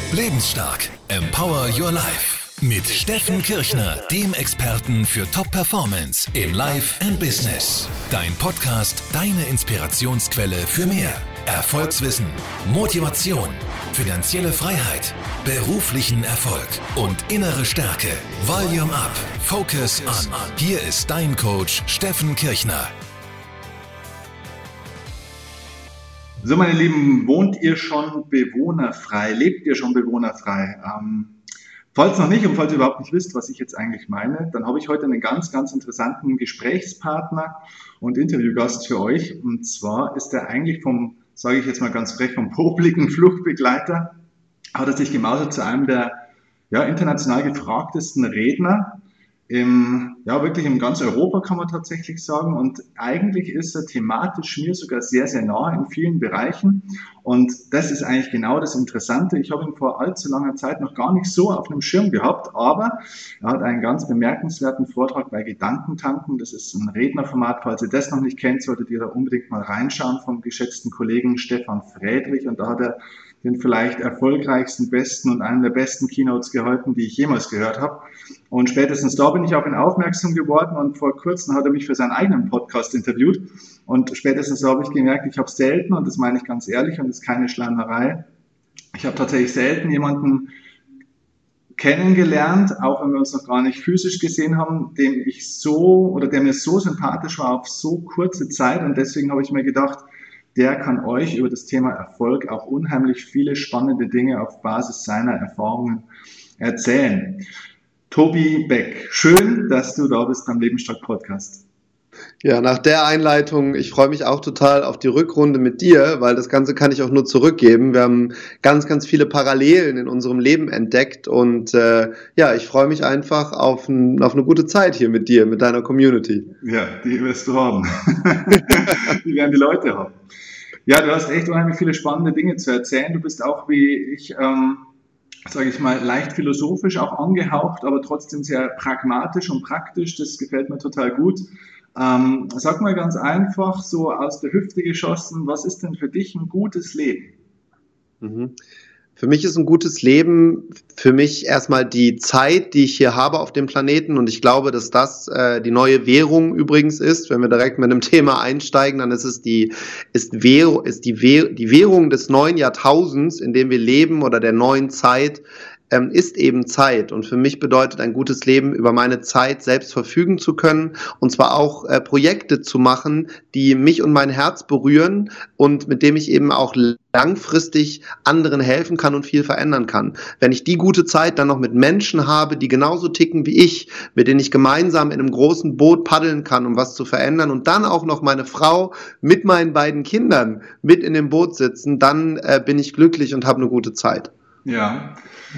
Lebensstark. Empower Your Life. Mit Steffen Kirchner, dem Experten für Top-Performance in Life and Business. Dein Podcast, deine Inspirationsquelle für mehr Erfolgswissen, Motivation, finanzielle Freiheit, beruflichen Erfolg und innere Stärke. Volume Up. Focus On. Hier ist dein Coach Steffen Kirchner. So, meine Lieben, wohnt ihr schon bewohnerfrei? Lebt ihr schon bewohnerfrei? Falls noch nicht und falls ihr überhaupt nicht wisst, was ich jetzt eigentlich meine, dann habe ich heute einen ganz, ganz interessanten Gesprächspartner und Interviewgast für euch. Und zwar ist er eigentlich vom, sage ich jetzt mal ganz frech, vom popligen Fluchtbegleiter, hat er sich gemausert zu einem der international gefragtesten Redner. Wirklich in ganz Europa kann man tatsächlich sagen, und eigentlich ist er thematisch mir sogar sehr, sehr nah in vielen Bereichen, und das ist eigentlich genau das Interessante. Ich habe ihn vor allzu langer Zeit noch gar nicht so auf dem Schirm gehabt, aber er hat einen ganz bemerkenswerten Vortrag bei Gedankentanken. Das ist ein Rednerformat, falls ihr das noch nicht kennt, solltet ihr da unbedingt mal reinschauen, vom geschätzten Kollegen Stefan Friedrich, und da hat er den vielleicht erfolgreichsten, besten und einen der besten Keynotes gehalten, die ich jemals gehört habe. Und spätestens da bin ich auf ihn aufmerksam geworden, und vor kurzem hat er mich für seinen eigenen Podcast interviewt, und spätestens da habe ich gemerkt, ich habe selten, und das meine ich ganz ehrlich und das ist keine Schleimerei, ich habe tatsächlich selten jemanden kennengelernt, auch wenn wir uns noch gar nicht physisch gesehen haben, der mir so sympathisch war auf so kurze Zeit, und deswegen habe ich mir gedacht, der kann euch über das Thema Erfolg auch unheimlich viele spannende Dinge auf Basis seiner Erfahrungen erzählen. Tobi Beck, schön, dass du da bist beim Lebensstark Podcast. Ja, nach der Einleitung, ich freue mich auch total auf die Rückrunde mit dir, weil das Ganze kann ich auch nur zurückgeben. Wir haben ganz, ganz viele Parallelen in unserem Leben entdeckt, und ich freue mich einfach auf eine gute Zeit hier mit dir, mit deiner Community. Ja, die wirst du haben. Die werden die Leute haben. Ja, du hast echt unheimlich viele spannende Dinge zu erzählen. Du bist auch wie ich, sage ich mal, leicht philosophisch auch angehaucht, aber trotzdem sehr pragmatisch und praktisch. Das gefällt mir total gut. Sag mal ganz einfach, so aus der Hüfte geschossen, was ist denn für dich ein gutes Leben? Für mich ist ein gutes Leben, für mich erstmal die Zeit, die ich hier habe auf dem Planeten, und ich glaube, dass das die neue Währung übrigens ist. Wenn wir direkt mit einem Thema einsteigen, dann ist es die Währung des neuen Jahrtausends, in dem wir leben, oder der neuen Zeit, ist eben Zeit. Und für mich bedeutet ein gutes Leben, über meine Zeit selbst verfügen zu können, und zwar auch Projekte zu machen, die mich und mein Herz berühren und mit dem ich eben auch langfristig anderen helfen kann und viel verändern kann. Wenn ich die gute Zeit dann noch mit Menschen habe, die genauso ticken wie ich, mit denen ich gemeinsam in einem großen Boot paddeln kann, um was zu verändern, und dann auch noch meine Frau mit meinen beiden Kindern mit in dem Boot sitzen, dann bin ich glücklich und habe eine gute Zeit. Ja.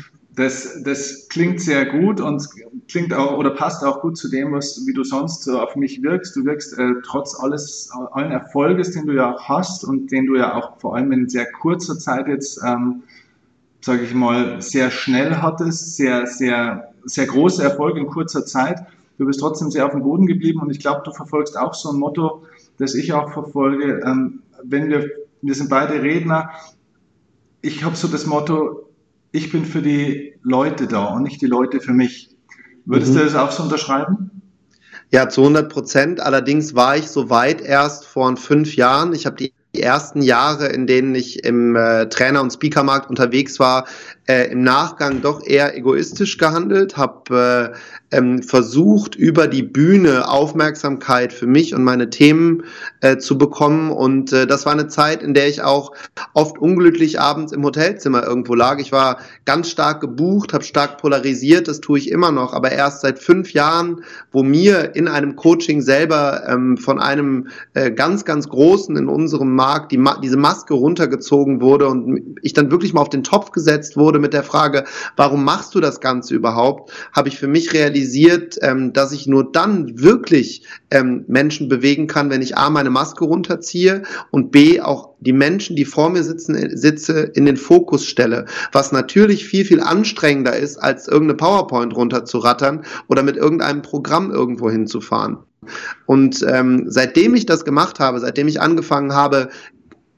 Das klingt sehr gut und klingt auch oder passt auch gut zu dem, wie du sonst so auf mich wirkst. Du wirkst trotz allen Erfolges, den du ja auch hast und den du ja auch vor allem in sehr kurzer Zeit jetzt, sage ich mal, sehr schnell hattest, sehr, sehr, sehr große Erfolge in kurzer Zeit. Du bist trotzdem sehr auf dem Boden geblieben, und ich glaube, du verfolgst auch so ein Motto, das ich auch verfolge. Wir sind beide Redner. Ich habe so das Motto: Ich bin für die Leute da und nicht die Leute für mich. Würdest du das auch so unterschreiben? Ja, zu 100%. Allerdings war ich so weit erst vor 5 Jahren. Ich habe die ersten Jahre, in denen ich im Trainer- und Speakermarkt unterwegs war, im Nachgang doch eher egoistisch gehandelt, habe versucht, über die Bühne Aufmerksamkeit für mich und meine Themen zu bekommen, und das war eine Zeit, in der ich auch oft unglücklich abends im Hotelzimmer irgendwo lag. Ich war ganz stark gebucht, habe stark polarisiert, das tue ich immer noch, aber erst seit 5 Jahren, wo mir in einem Coaching selber von einem ganz, ganz Großen in unserem Markt diese Maske runtergezogen wurde und ich dann wirklich mal auf den Topf gesetzt wurde mit der Frage, warum machst du das Ganze überhaupt, habe ich für mich realisiert, dass ich nur dann wirklich Menschen bewegen kann, wenn ich A, meine Maske runterziehe und B, auch die Menschen, die vor mir sitze, in den Fokus stelle, was natürlich viel, viel anstrengender ist, als irgendeine PowerPoint runterzurattern oder mit irgendeinem Programm irgendwo hinzufahren. Und seitdem ich das gemacht habe, seitdem ich angefangen habe,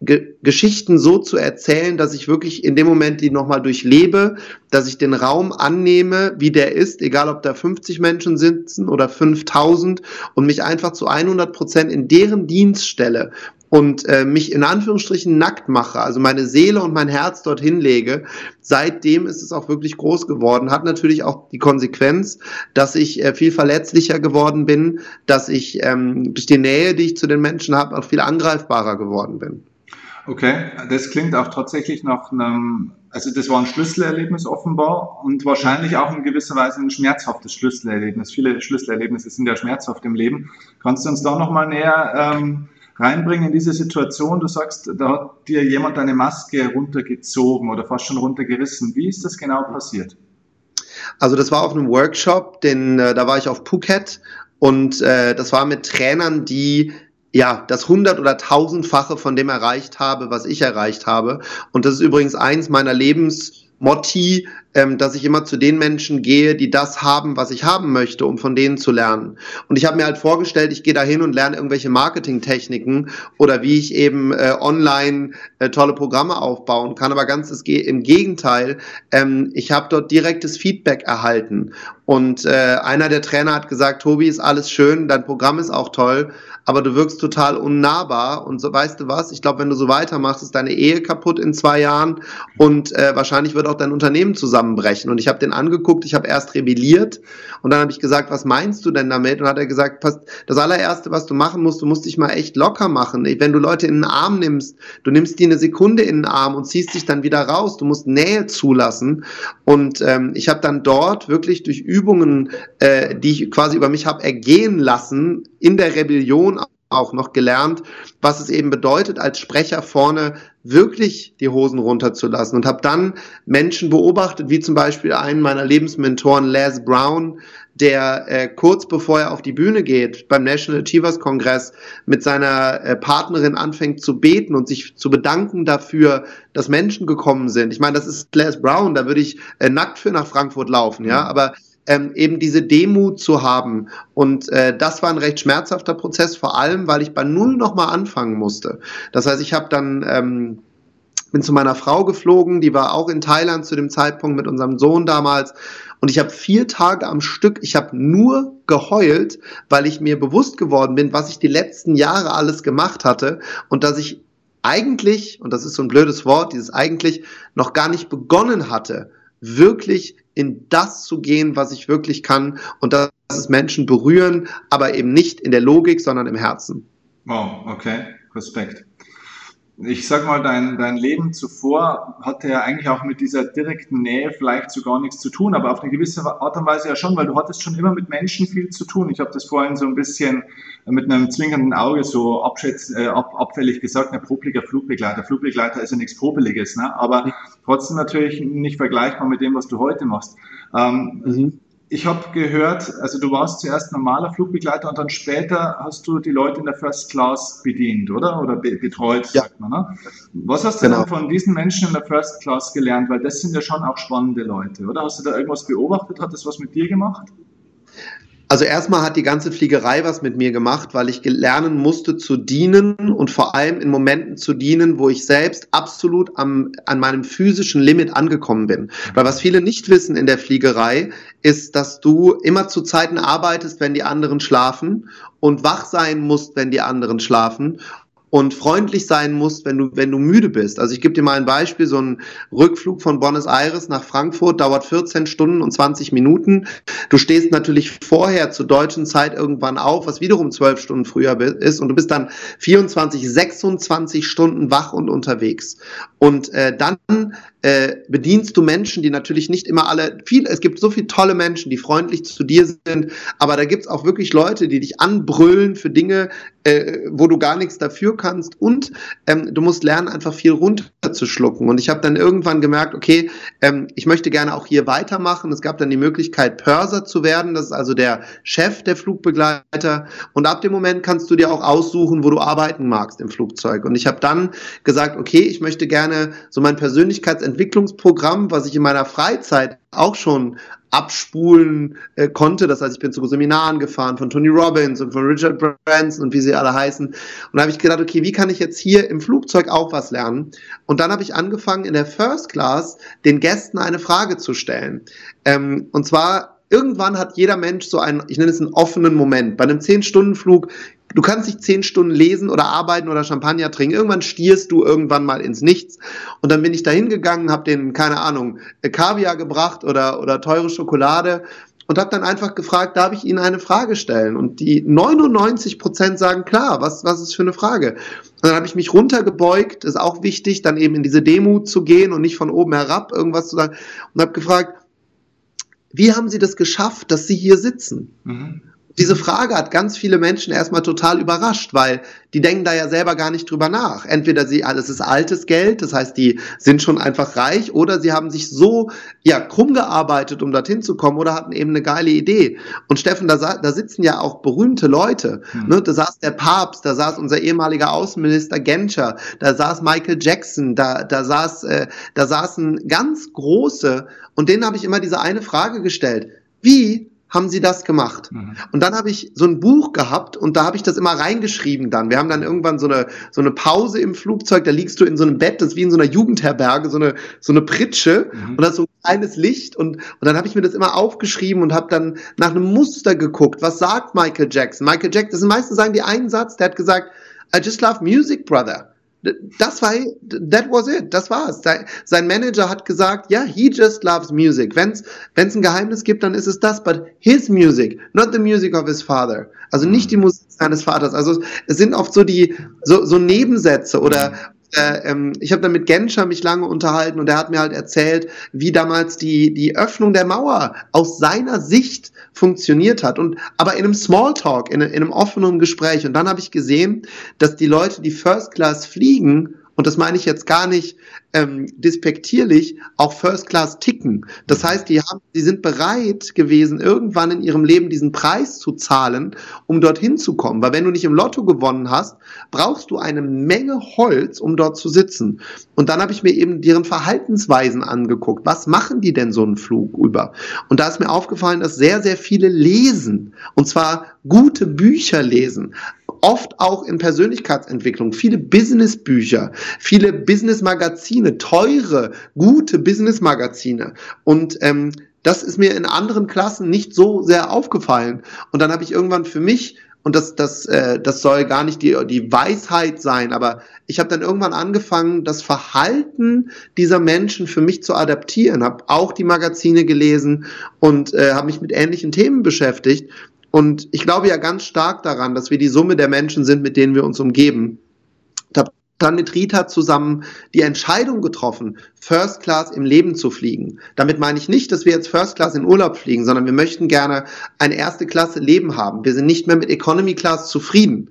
Geschichten so zu erzählen, dass ich wirklich in dem Moment die nochmal durchlebe, dass ich den Raum annehme, wie der ist, egal ob da 50 Menschen sitzen oder 5000 und mich einfach zu 100% in deren Dienst stelle und mich in Anführungsstrichen nackt mache, also meine Seele und mein Herz dorthin lege. Seitdem ist es auch wirklich groß geworden, hat natürlich auch die Konsequenz, dass ich viel verletzlicher geworden bin, dass ich durch die Nähe, die ich zu den Menschen habe, auch viel angreifbarer geworden bin. Okay, das klingt auch tatsächlich nach einem, also das war ein Schlüsselerlebnis offenbar und wahrscheinlich auch in gewisser Weise ein schmerzhaftes Schlüsselerlebnis. Viele Schlüsselerlebnisse sind ja schmerzhaft im Leben. Kannst du uns da nochmal näher reinbringen in diese Situation? Du sagst, da hat dir jemand deine Maske runtergezogen oder fast schon runtergerissen. Wie ist das genau passiert? Also das war auf einem Workshop, da war ich auf Phuket und das war mit Trainern, die das 100- oder 1000-fache von dem erreicht habe, was ich erreicht habe. Und das ist übrigens eins meiner Lebensmotti, dass ich immer zu den Menschen gehe, die das haben, was ich haben möchte, um von denen zu lernen. Und ich habe mir halt vorgestellt, ich gehe da hin und lerne irgendwelche Marketingtechniken oder wie ich eben online tolle Programme aufbauen kann. Aber im Gegenteil, ich habe dort direktes Feedback erhalten. Und einer der Trainer hat gesagt, Tobi, ist alles schön, dein Programm ist auch toll, aber du wirkst total unnahbar und so, weißt du was, ich glaube, wenn du so weitermachst, ist deine Ehe kaputt in 2 Jahren und wahrscheinlich wird auch dein Unternehmen zusammenbrechen. Und ich habe den angeguckt, ich habe erst rebelliert und dann habe ich gesagt, was meinst du denn damit? Und hat er gesagt, das allererste, was du machen musst, du musst dich mal echt locker machen. Wenn du Leute in den Arm nimmst, du nimmst die eine Sekunde in den Arm und ziehst dich dann wieder raus, du musst Nähe zulassen. Und ich habe dann dort wirklich durch Übungen, die ich quasi über mich habe ergehen lassen, in der Rebellion auch noch gelernt, was es eben bedeutet, als Sprecher vorne wirklich die Hosen runterzulassen und habe dann Menschen beobachtet, wie zum Beispiel einen meiner Lebensmentoren, Les Brown, der kurz bevor er auf die Bühne geht, beim National Achievers Kongress mit seiner Partnerin anfängt zu beten und sich zu bedanken dafür, dass Menschen gekommen sind. Ich meine, das ist Les Brown, da würde ich nackt für nach Frankfurt laufen, ja, aber eben diese Demut zu haben. Und das war ein recht schmerzhafter Prozess, vor allem, weil ich bei Null nochmal anfangen musste. Das heißt, ich habe dann bin zu meiner Frau geflogen, die war auch in Thailand zu dem Zeitpunkt mit unserem Sohn damals. Und ich habe 4 Tage am Stück, ich habe nur geheult, weil ich mir bewusst geworden bin, was ich die letzten Jahre alles gemacht hatte und dass ich eigentlich, und das ist so ein blödes Wort, dieses eigentlich noch gar nicht begonnen hatte, wirklich in das zu gehen, was ich wirklich kann und dass es Menschen berühren, aber eben nicht in der Logik, sondern im Herzen. Wow, okay, Respekt. Ich sag mal, dein Leben zuvor hatte ja eigentlich auch mit dieser direkten Nähe vielleicht so gar nichts zu tun, aber auf eine gewisse Art und Weise ja schon, weil du hattest schon immer mit Menschen viel zu tun. Ich habe das vorhin so ein bisschen mit einem zwinkernden Auge so abfällig gesagt, ein popliger Flugbegleiter. Flugbegleiter ist ja nichts Popeliges, ne? Aber trotzdem natürlich nicht vergleichbar mit dem, was du heute machst. Ich habe gehört, also du warst zuerst normaler Flugbegleiter und dann später hast du die Leute in der First Class bedient, oder? Oder betreut, ja, sagt man, ne? Was hast du denn von diesen Menschen in der First Class gelernt? Weil das sind ja schon auch spannende Leute, oder? Hast du da irgendwas beobachtet? Hat das was mit dir gemacht? Also erstmal hat die ganze Fliegerei was mit mir gemacht, weil ich lernen musste zu dienen und vor allem in Momenten zu dienen, wo ich selbst absolut an meinem physischen Limit angekommen bin. Weil was viele nicht wissen in der Fliegerei ist, dass du immer zu Zeiten arbeitest, wenn die anderen schlafen und wach sein musst, wenn die anderen schlafen. Und freundlich sein musst, wenn du müde bist. Also ich gebe dir mal ein Beispiel, so ein Rückflug von Buenos Aires nach Frankfurt dauert 14 Stunden und 20 Minuten. Du stehst natürlich vorher zur deutschen Zeit irgendwann auf, was wiederum 12 Stunden früher ist und du bist dann 26 Stunden wach und unterwegs. Und dann bedienst du Menschen, die natürlich nicht immer es gibt so viele tolle Menschen, die freundlich zu dir sind, aber da gibt's auch wirklich Leute, die dich anbrüllen für Dinge, wo du gar nichts dafür kannst und du musst lernen, einfach viel runterzuschlucken. Und ich habe dann irgendwann gemerkt, okay, ich möchte gerne auch hier weitermachen. Es gab dann die Möglichkeit, Purser zu werden, das ist also der Chef der Flugbegleiter und ab dem Moment kannst du dir auch aussuchen, wo du arbeiten magst im Flugzeug. Und ich habe dann gesagt, okay, ich möchte gerne so mein Persönlichkeitsentwicklungsprogramm, was ich in meiner Freizeit auch schon abspulen konnte. Das heißt, ich bin zu Seminaren gefahren von Tony Robbins und von Richard Branson und wie sie alle heißen. Und da habe ich gedacht, okay, wie kann ich jetzt hier im Flugzeug auch was lernen? Und dann habe ich angefangen, in der First Class den Gästen eine Frage zu stellen. Und zwar, irgendwann hat jeder Mensch so einen, ich nenne es einen offenen Moment. Bei einem 10-Stunden-Flug, du kannst nicht 10 Stunden lesen oder arbeiten oder Champagner trinken. Irgendwann stierst du irgendwann mal ins Nichts. Und dann bin ich da hingegangen, habe denen, keine Ahnung, Kaviar gebracht oder teure Schokolade und habe dann einfach gefragt, darf ich Ihnen eine Frage stellen? Und die 99% sagen, klar, was ist für eine Frage? Und dann habe ich mich runtergebeugt, ist auch wichtig, dann eben in diese Demut zu gehen und nicht von oben herab irgendwas zu sagen. Und habe gefragt, wie haben Sie das geschafft, dass Sie hier sitzen? Mhm. Diese Frage hat ganz viele Menschen erstmal total überrascht, weil die denken da ja selber gar nicht drüber nach. Entweder es ist altes Geld, das heißt, die sind schon einfach reich, oder sie haben sich so krumm gearbeitet, um dorthin zu kommen, oder hatten eben eine geile Idee. Und Steffen, da sitzen ja auch berühmte Leute. Ne? Da saß der Papst, da saß unser ehemaliger Außenminister Genscher, da saß Michael Jackson, da saßen ganz große, und denen habe ich immer diese eine Frage gestellt: Wie haben Sie das gemacht? Mhm. Und dann habe ich so ein Buch gehabt und da habe ich das immer reingeschrieben dann. Wir haben dann irgendwann so eine Pause im Flugzeug, da liegst du in so einem Bett, das ist wie in so einer Jugendherberge, so eine Pritsche, und da ist so ein kleines Licht, und dann habe ich mir das immer aufgeschrieben und habe dann nach einem Muster geguckt. Was sagt Michael Jackson? Das sind meistens, sagen die einen Satz, der hat gesagt, I just love music, brother. That was it, das war's. Sein Manager hat gesagt, he just loves music. Wenn's ein Geheimnis gibt, dann ist es das, but his music, not the music of his father. Also nicht die Musik seines Vaters. Also es sind oft so so Nebensätze, oder ich habe dann mit Genscher mich lange unterhalten, und er hat mir halt erzählt, wie damals die Öffnung der Mauer aus seiner Sicht funktioniert hat, aber in einem Smalltalk, in einem offenen Gespräch. Und dann habe ich gesehen, dass die Leute, die First Class fliegen, und das meine ich jetzt gar nicht despektierlich, auch First Class ticken. Das heißt, die sind bereit gewesen, irgendwann in ihrem Leben diesen Preis zu zahlen, um dorthin zu kommen. Weil wenn du nicht im Lotto gewonnen hast, brauchst du eine Menge Holz, um dort zu sitzen. Und dann habe ich mir eben deren Verhaltensweisen angeguckt. Was machen die denn so einen Flug über? Und da ist mir aufgefallen, dass sehr, sehr viele lesen. Und zwar gute Bücher lesen. Oft auch in Persönlichkeitsentwicklung, viele Businessbücher, viele Businessmagazine, teure, gute Businessmagazine. Und das ist mir in anderen Klassen nicht so sehr aufgefallen. Und dann habe ich irgendwann für mich, und das soll gar nicht die Weisheit sein, aber ich habe dann irgendwann angefangen, das Verhalten dieser Menschen für mich zu adaptieren, habe auch die Magazine gelesen und habe mich mit ähnlichen Themen beschäftigt. Und ich glaube ja ganz stark daran, dass wir die Summe der Menschen sind, mit denen wir uns umgeben. Ich habe dann mit Rita zusammen die Entscheidung getroffen, First Class im Leben zu fliegen. Damit meine ich nicht, dass wir jetzt First Class in Urlaub fliegen, sondern wir möchten gerne ein erste Klasse Leben haben. Wir sind nicht mehr mit Economy Class zufrieden.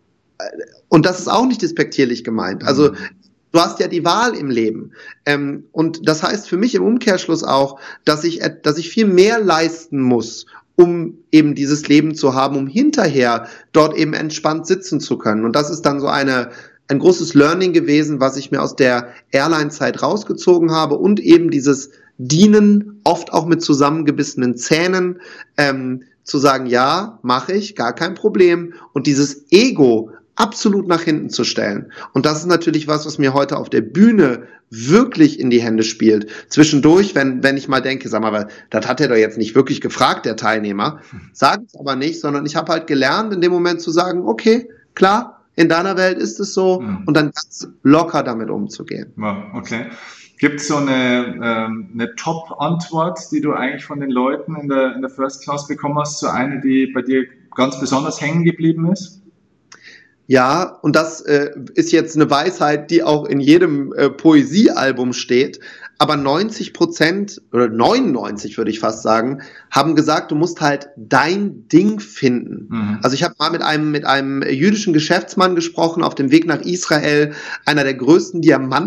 Und das ist auch nicht despektierlich gemeint. Also du hast ja die Wahl im Leben. Und das heißt für mich im Umkehrschluss auch, dass ich viel mehr leisten muss, um eben dieses Leben zu haben, um hinterher dort eben entspannt sitzen zu können. Und das ist dann so ein großes Learning gewesen, was ich mir aus der Airline-Zeit rausgezogen habe, und eben dieses Dienen, oft auch mit zusammengebissenen Zähnen, zu sagen, ja, mache ich, gar kein Problem, und dieses Ego absolut nach hinten zu stellen. Und das ist natürlich was mir heute auf der Bühne wirklich in die Hände spielt. Zwischendurch, wenn ich mal denke, sag mal, das hat er doch jetzt nicht wirklich gefragt, der Teilnehmer, sage ich aber nicht, sondern ich habe halt gelernt, in dem Moment zu sagen, okay, klar, in deiner Welt ist es so, und dann ganz locker damit umzugehen. Ja, okay. Gibt es so eine Top-Antwort, die du eigentlich von den Leuten in der First Class bekommen hast, so eine, die bei dir ganz besonders hängen geblieben ist? Ja, und das ist jetzt eine Weisheit, die auch in jedem Poesiealbum steht. Aber 90% oder 99 würde ich fast sagen, haben gesagt, du musst halt dein Ding finden. Mhm. Also ich habe mal mit einem jüdischen Geschäftsmann gesprochen auf dem Weg nach Israel, einer der größten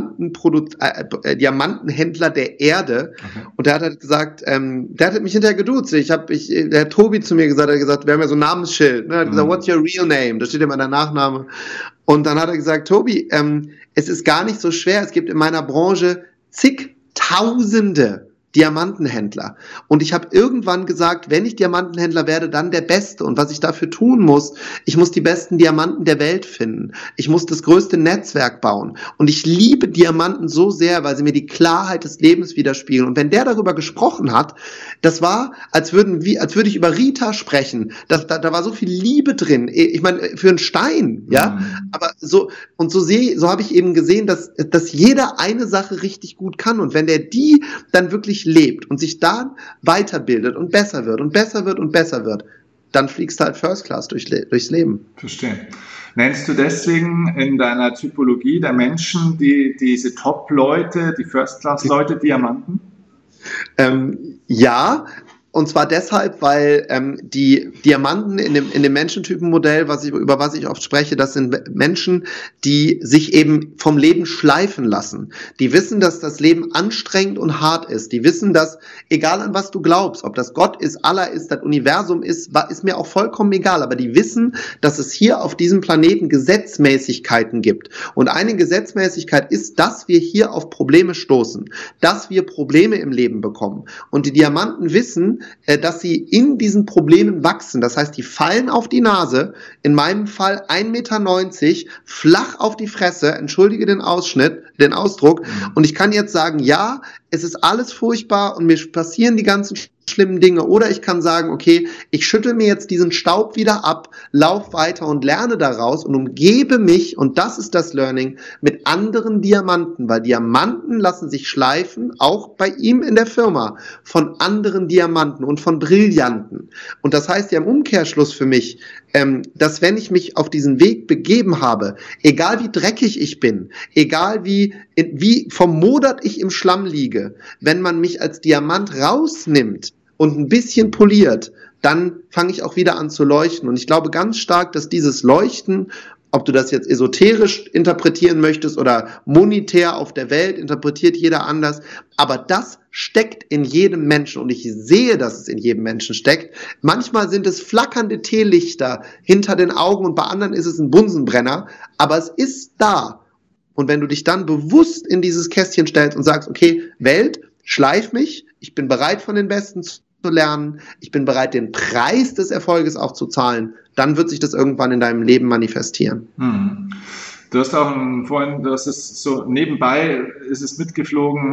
Diamantenhändler der Erde. Okay. Und der hat halt gesagt, der hat mich hinterher geduzt. Der hat Tobi zu mir gesagt, wir haben ja so ein Namensschild. Ne? Er hat gesagt, what's your real name? Da steht immer der Nachname. Und dann hat er gesagt, Tobi, es ist gar nicht so schwer. Es gibt in meiner Branche zigtausende Diamantenhändler. Und ich habe irgendwann gesagt, wenn ich Diamantenhändler werde, dann der Beste. Und was ich dafür tun muss, ich muss die besten Diamanten der Welt finden. Ich muss das größte Netzwerk bauen. Und ich liebe Diamanten so sehr, weil sie mir die Klarheit des Lebens widerspiegeln. Und wenn der darüber gesprochen hat, das war, als würde ich über Rita sprechen. Da war so viel Liebe drin. Ich meine, für einen Stein, ja. Aber so habe ich eben gesehen, dass jeder eine Sache richtig gut kann. Und wenn der die dann wirklich lebt und sich dann weiterbildet und besser wird und besser wird und besser wird, dann fliegst du halt First Class durchs Leben. Verstehe. Nennst du deswegen in deiner Typologie der Menschen diese Top-Leute, die First Class-Leute Diamanten? Ja. Und zwar deshalb, weil die Diamanten in dem Menschentypenmodell, über was ich oft spreche, das sind Menschen, die sich eben vom Leben schleifen lassen. Die wissen, dass das Leben anstrengend und hart ist. Die wissen, dass, egal an was du glaubst, ob das Gott ist, Allah ist, das Universum ist mir auch vollkommen egal. Aber die wissen, dass es hier auf diesem Planeten Gesetzmäßigkeiten gibt. Und eine Gesetzmäßigkeit ist, dass wir hier auf Probleme stoßen, dass wir Probleme im Leben bekommen. Und die Diamanten wissen, dass sie in diesen Problemen wachsen. Das heißt, die fallen auf die Nase, in meinem Fall 1,90 Meter, flach auf die Fresse, entschuldige den Ausdruck. Und ich kann jetzt sagen, ja, es ist alles furchtbar und mir passieren die ganzen schlimmen Dinge. Oder ich kann sagen, okay, ich schüttel mir jetzt diesen Staub wieder ab, lauf weiter und lerne daraus und umgebe mich, und das ist das Learning, mit anderen Diamanten, weil Diamanten lassen sich schleifen, auch bei ihm in der Firma, von anderen Diamanten und von Brillanten. Und das heißt ja im Umkehrschluss für mich, dass wenn ich mich auf diesen Weg begeben habe, egal wie dreckig ich bin, egal wie vermodert ich im Schlamm liege, wenn man mich als Diamant rausnimmt und ein bisschen poliert, dann fange ich auch wieder an zu leuchten. Und ich glaube ganz stark, dass dieses Leuchten, ob du das jetzt esoterisch interpretieren möchtest oder monetär auf der Welt, interpretiert jeder anders, aber das steckt in jedem Menschen und ich sehe, dass es in jedem Menschen steckt. Manchmal sind es flackernde Teelichter hinter den Augen und bei anderen ist es ein Bunsenbrenner, aber es ist da. Und wenn du dich dann bewusst in dieses Kästchen stellst und sagst, okay, Welt, schleif mich, ich bin bereit, von den Besten zu lernen, ich bin bereit, den Preis des Erfolges auch zu zahlen, dann wird sich das irgendwann in deinem Leben manifestieren. Du hast auch vorhin, du hast es so nebenbei, ist es mitgeflogen,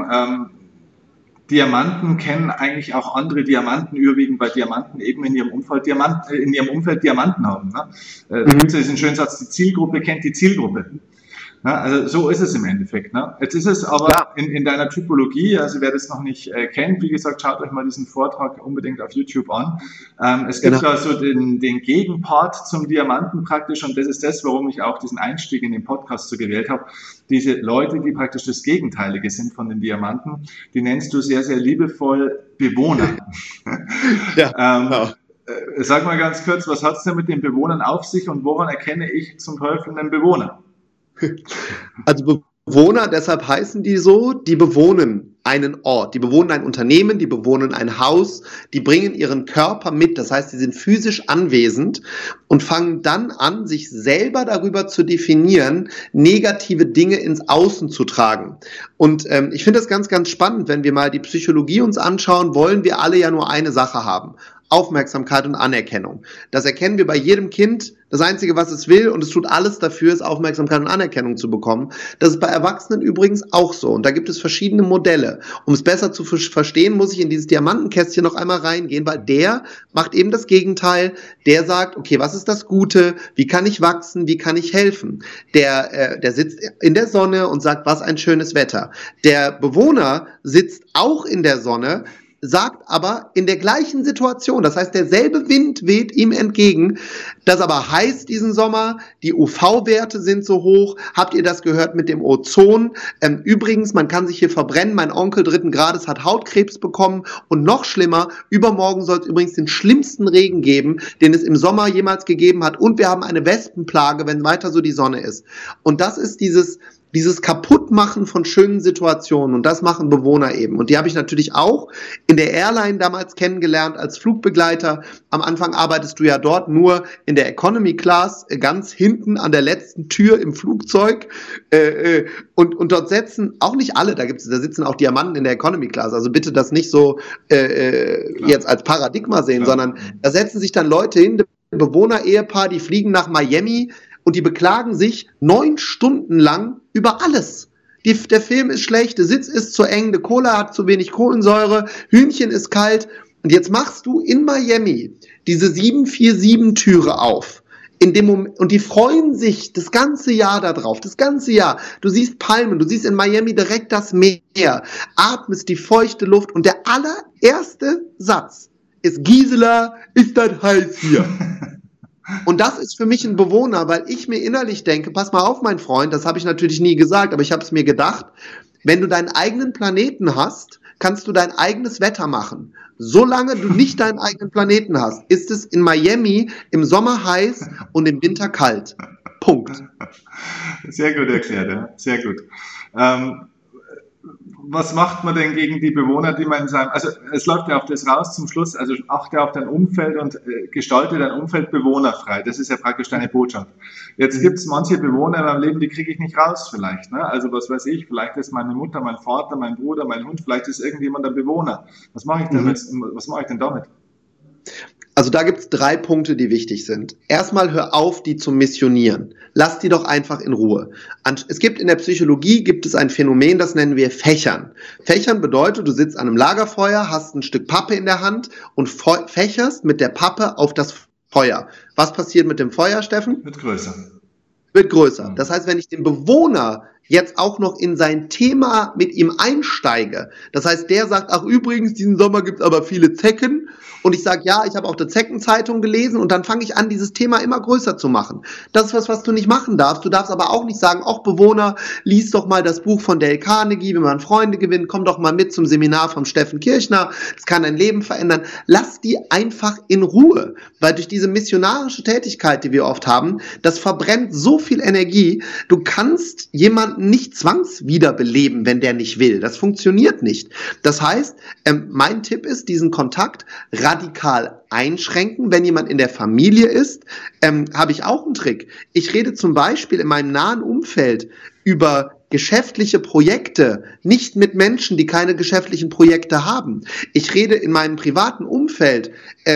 Diamanten kennen eigentlich auch andere Diamanten, überwiegend weil Diamanten eben in ihrem Umfeld Diamanten haben. Ne? Da gibt es diesen schönen Satz, die Zielgruppe kennt die Zielgruppe. Ja, also so ist es im Endeffekt. Ne? Jetzt ist es aber in deiner Typologie, also wer das noch nicht kennt, wie gesagt, schaut euch mal diesen Vortrag unbedingt auf YouTube an. Es gibt da so den Gegenpart zum Diamanten praktisch und das ist das, warum ich auch diesen Einstieg in den Podcast so gewählt habe. Diese Leute, die praktisch das Gegenteilige sind von den Diamanten, die nennst du sehr, sehr liebevoll Bewohner. Genau. Sag mal ganz kurz, was hat es denn mit den Bewohnern auf sich und woran erkenne ich zum Teufel einen Bewohner? Also Bewohner, deshalb heißen die so, die bewohnen einen Ort, die bewohnen ein Unternehmen, die bewohnen ein Haus, die bringen ihren Körper mit, das heißt, sie sind physisch anwesend und fangen dann an, sich selber darüber zu definieren, negative Dinge ins Außen zu tragen. Und ich finde das ganz, ganz spannend, wenn wir mal die Psychologie uns anschauen, wollen wir alle ja nur eine Sache haben. Aufmerksamkeit und Anerkennung. Das erkennen wir bei jedem Kind. Das Einzige, was es will, und es tut alles dafür, ist Aufmerksamkeit und Anerkennung zu bekommen. Das ist bei Erwachsenen übrigens auch so. Und da gibt es verschiedene Modelle. Um es besser zu verstehen, muss ich in dieses Diamantenkästchen noch einmal reingehen, weil der macht eben das Gegenteil. Der sagt, okay, was ist das Gute? Wie kann ich wachsen? Wie kann ich helfen? Der sitzt in der Sonne und sagt, was ein schönes Wetter. Der Bewohner sitzt auch in der Sonne, sagt aber in der gleichen Situation, das heißt, derselbe Wind weht ihm entgegen, das aber heißt diesen Sommer, die UV-Werte sind so hoch, habt ihr das gehört mit dem Ozon? Übrigens, man kann sich hier verbrennen, mein Onkel 3. Grades hat Hautkrebs bekommen und noch schlimmer, übermorgen soll es übrigens den schlimmsten Regen geben, den es im Sommer jemals gegeben hat und wir haben eine Wespenplage, wenn weiter so die Sonne ist. Und das ist dieses dieses Kaputtmachen von schönen Situationen, und das machen Bewohner eben. Und die habe ich natürlich auch in der Airline damals kennengelernt als Flugbegleiter. Am Anfang arbeitest du ja dort nur in der Economy Class, ganz hinten an der letzten Tür im Flugzeug. Und dort setzen auch nicht alle, da sitzen auch Diamanten in der Economy Class. Also bitte das nicht so jetzt als Paradigma sehen, sondern da setzen sich dann Leute hin, Bewohner-Ehepaar, die fliegen nach Miami und die beklagen sich 9 Stunden lang über alles. Der Film ist schlecht, der Sitz ist zu eng, der Cola hat zu wenig Kohlensäure, Hühnchen ist kalt. Und jetzt machst du in Miami diese 747-Türe auf. In dem Moment, und die freuen sich das ganze Jahr darauf, das ganze Jahr. Du siehst Palmen, du siehst in Miami direkt das Meer, atmest die feuchte Luft und der allererste Satz ist: Gisela, ist das heiß hier? Und das ist für mich ein Bewohner, weil ich mir innerlich denke, pass mal auf, mein Freund, das habe ich natürlich nie gesagt, aber ich habe es mir gedacht, wenn du deinen eigenen Planeten hast, kannst du dein eigenes Wetter machen. Solange du nicht deinen eigenen Planeten hast, ist es in Miami im Sommer heiß und im Winter kalt. Punkt. Sehr gut erklärt, ja. Sehr gut. Was macht man denn gegen die Bewohner, die man in seinem, also es läuft ja auf das raus zum Schluss, also achte auf dein Umfeld und gestalte dein Umfeld bewohnerfrei. Das ist ja praktisch deine Botschaft. Jetzt gibt es manche Bewohner in meinem Leben, die kriege ich nicht raus vielleicht. Ne? Also was weiß ich, vielleicht ist meine Mutter, mein Vater, mein Bruder, mein Hund, vielleicht ist irgendjemand ein Bewohner. Was mache ich denn was mache ich denn damit? Also da gibt's 3 Punkte, die wichtig sind. Erstmal hör auf, die zu missionieren. Lass die doch einfach in Ruhe. Es gibt in der Psychologie ein Phänomen, das nennen wir Fächern. Fächern bedeutet, du sitzt an einem Lagerfeuer, hast ein Stück Pappe in der Hand und fächerst mit der Pappe auf das Feuer. Was passiert mit dem Feuer, Steffen? Wird größer. Wird größer. Das heißt, wenn ich den Bewohner jetzt auch noch in sein Thema mit ihm einsteige, das heißt, der sagt, ach übrigens, diesen Sommer gibt's aber viele Zecken, und ich sage, ja, ich habe auch die Zeckenzeitung gelesen, und dann fange ich an, dieses Thema immer größer zu machen. Das ist was du nicht machen darfst. Du darfst aber auch nicht sagen, ach Bewohner, lies doch mal das Buch von Dale Carnegie, wie man Freunde gewinnt, komm doch mal mit zum Seminar vom Steffen Kirchner, das kann dein Leben verändern. Lass die einfach in Ruhe, weil durch diese missionarische Tätigkeit, die wir oft haben, das verbrennt so viel Energie. Du kannst jemanden nicht zwangswiederbeleben, wenn der nicht will. Das funktioniert nicht. Das heißt, mein Tipp ist, diesen Kontakt radikal einschränken. Wenn jemand in der Familie ist, habe ich auch einen Trick. Ich rede zum Beispiel in meinem nahen Umfeld über geschäftliche Projekte, nicht mit Menschen, die keine geschäftlichen Projekte haben. Ich rede in meinem privaten Umfeld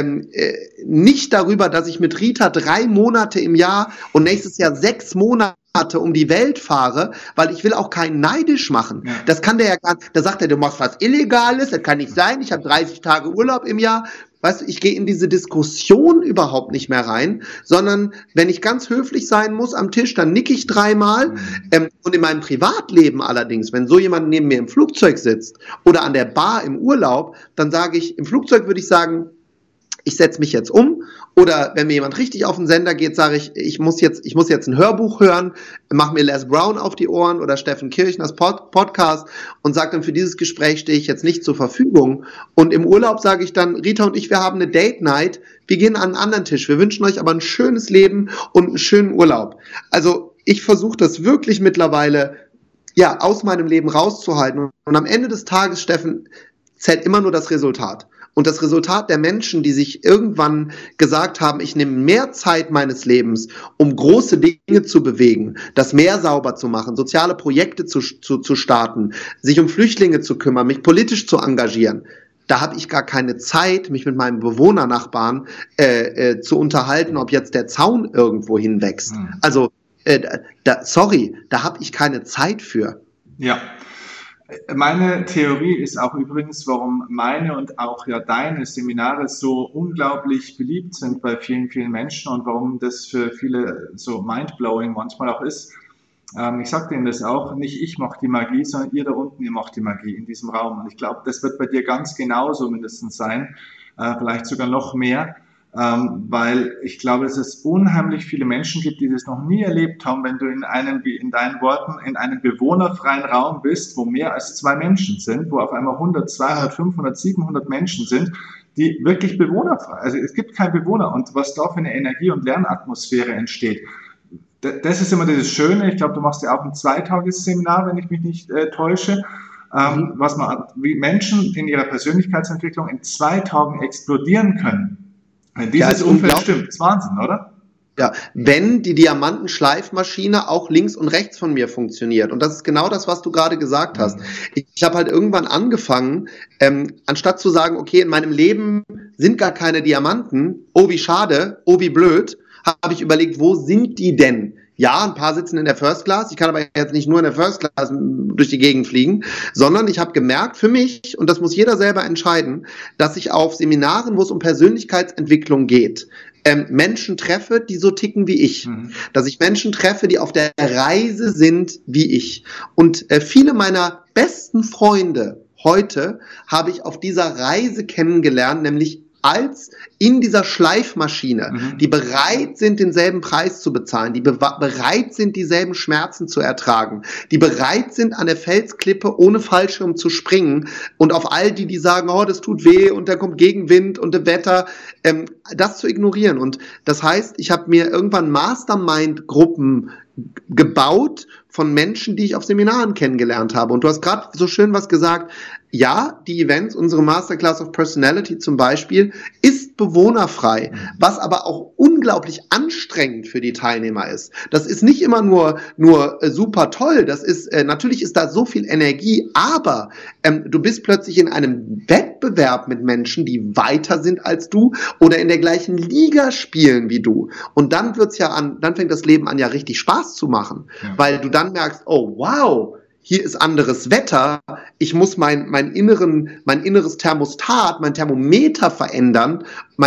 nicht darüber, dass ich mit Rita 3 Monate im Jahr und nächstes Jahr 6 Monate um die Welt fahre, weil ich will auch keinen neidisch machen. Ja. Das kann der ja gar nicht. Da sagt er, du machst was Illegales, das kann nicht sein, ich habe 30 Tage Urlaub im Jahr. Weißt du, ich gehe in diese Diskussion überhaupt nicht mehr rein, sondern wenn ich ganz höflich sein muss am Tisch, dann nicke ich 3-mal. Und in meinem Privatleben allerdings, wenn so jemand neben mir im Flugzeug sitzt oder an der Bar im Urlaub, dann sage ich, im Flugzeug würde ich sagen, ich setze mich jetzt um, oder wenn mir jemand richtig auf den Sender geht, sage ich, ich muss jetzt ein Hörbuch hören, mach mir Les Brown auf die Ohren oder Steffen Kirchners Podcast und sage dann, für dieses Gespräch stehe ich jetzt nicht zur Verfügung. Und im Urlaub sage ich dann, Rita und ich, wir haben eine Date Night, wir gehen an einen anderen Tisch, wir wünschen euch aber ein schönes Leben und einen schönen Urlaub. Also ich versuche das wirklich mittlerweile aus meinem Leben rauszuhalten. Und am Ende des Tages, Steffen, zählt immer nur das Resultat. Und das Resultat der Menschen, die sich irgendwann gesagt haben, ich nehme mehr Zeit meines Lebens, um große Dinge zu bewegen, das Meer sauber zu machen, soziale Projekte zu starten, sich um Flüchtlinge zu kümmern, mich politisch zu engagieren. Da habe ich gar keine Zeit, mich mit meinem Bewohnernachbarn zu unterhalten, ob jetzt der Zaun irgendwo hinwächst. Also, da habe ich keine Zeit für. Ja. Meine Theorie ist auch übrigens, warum meine und auch deine Seminare so unglaublich beliebt sind bei vielen, vielen Menschen und warum das für viele so mindblowing manchmal auch ist. Ich sage Ihnen das auch, nicht ich mache die Magie, sondern ihr da unten, ihr macht die Magie in diesem Raum. Und ich glaube, das wird bei dir ganz genauso mindestens sein, vielleicht sogar noch mehr. Weil ich glaube, dass es unheimlich viele Menschen gibt, die das noch nie erlebt haben, wenn du in deinen Worten, in einem bewohnerfreien Raum bist, wo mehr als 2 Menschen sind, wo auf einmal 100, 200, 500, 700 Menschen sind, die wirklich bewohnerfrei, also es gibt keinen Bewohner, und was da für eine Energie- und Lernatmosphäre entsteht. das ist immer das Schöne. Ich glaube, du machst ja auch ein Zweitagesseminar, wenn ich mich nicht täusche, wie Menschen in ihrer Persönlichkeitsentwicklung in 2 Tagen explodieren können. Wenn dieses Umfeld stimmt, ist Wahnsinn, oder? Ja, wenn die Diamantenschleifmaschine auch links und rechts von mir funktioniert. Und das ist genau das, was du gerade gesagt hast. Ich habe halt irgendwann angefangen, anstatt zu sagen, okay, in meinem Leben sind gar keine Diamanten, oh wie schade, oh wie blöd, habe ich überlegt, wo sind die denn? Ja, ein paar sitzen in der First Class. Ich kann aber jetzt nicht nur in der First Class durch die Gegend fliegen, sondern ich habe gemerkt für mich, und das muss jeder selber entscheiden, dass ich auf Seminaren, wo es um Persönlichkeitsentwicklung geht, Menschen treffe, die so ticken wie ich. Dass ich Menschen treffe, die auf der Reise sind wie ich. Und viele meiner besten Freunde heute habe ich auf dieser Reise kennengelernt, nämlich als in dieser Schleifmaschine, die bereit sind, denselben Preis zu bezahlen, die bereit sind, dieselben Schmerzen zu ertragen, die bereit sind, an der Felsklippe ohne Fallschirm zu springen, und auf all die sagen, oh, das tut weh und da kommt Gegenwind und das Wetter, das zu ignorieren. Und das heißt, ich habe mir irgendwann Mastermind-Gruppen gebaut von Menschen, die ich auf Seminaren kennengelernt habe. Und du hast gerade so schön was gesagt. Ja, die Events, unsere Masterclass of Personality zum Beispiel, ist bewohnerfrei, was aber auch unglaublich anstrengend für die Teilnehmer ist. Das ist nicht immer nur super toll, das ist, natürlich ist da so viel Energie, aber du bist plötzlich in einem Wettbewerb mit Menschen, die weiter sind als du oder in der gleichen Liga spielen wie du. Und dann dann fängt das Leben an, ja richtig Spaß zu machen, weil du dann merkst, oh wow, hier ist anderes Wetter, ich muss mein inneres Thermostat, mein Thermometer verändern,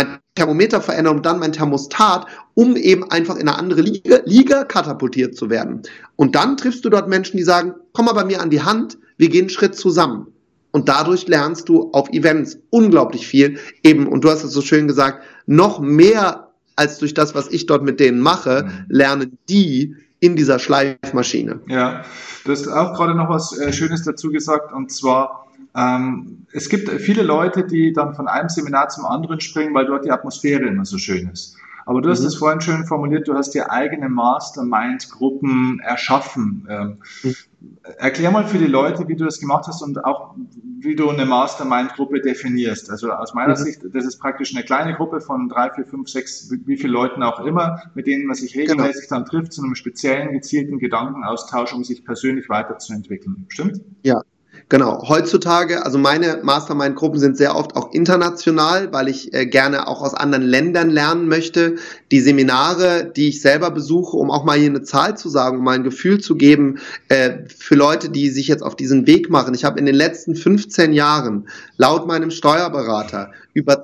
und dann mein Thermostat, um eben einfach in eine andere Liga katapultiert zu werden. Und dann triffst du dort Menschen, die sagen, komm mal bei mir an die Hand, wir gehen einen Schritt zusammen. Und dadurch lernst du auf Events unglaublich viel, eben, und du hast es so schön gesagt, noch mehr als durch das, was ich dort mit denen mache, lernen die in dieser Schleifmaschine. Ja, du hast auch gerade noch was Schönes dazu gesagt, und zwar, es gibt viele Leute, die dann von einem Seminar zum anderen springen, weil dort die Atmosphäre immer so schön ist. Aber du hast es vorhin schön formuliert, du hast dir eigene Mastermind-Gruppen erschaffen. Erklär mal für die Leute, wie du das gemacht hast und auch, wie du eine Mastermind-Gruppe definierst. Also aus meiner Sicht, das ist praktisch eine kleine Gruppe von 3, 4, 5, 6, wie viele Leuten auch immer, mit denen man sich regelmäßig dann trifft, zu einem speziellen, gezielten Gedankenaustausch, um sich persönlich weiterzuentwickeln. Stimmt? Ja. Genau, heutzutage, also meine Mastermind-Gruppen sind sehr oft auch international, weil ich gerne auch aus anderen Ländern lernen möchte. Die Seminare, die ich selber besuche, um auch mal hier eine Zahl zu sagen, um mal ein Gefühl zu geben, für Leute, die sich jetzt auf diesen Weg machen. Ich habe in den letzten 15 Jahren laut meinem Steuerberater über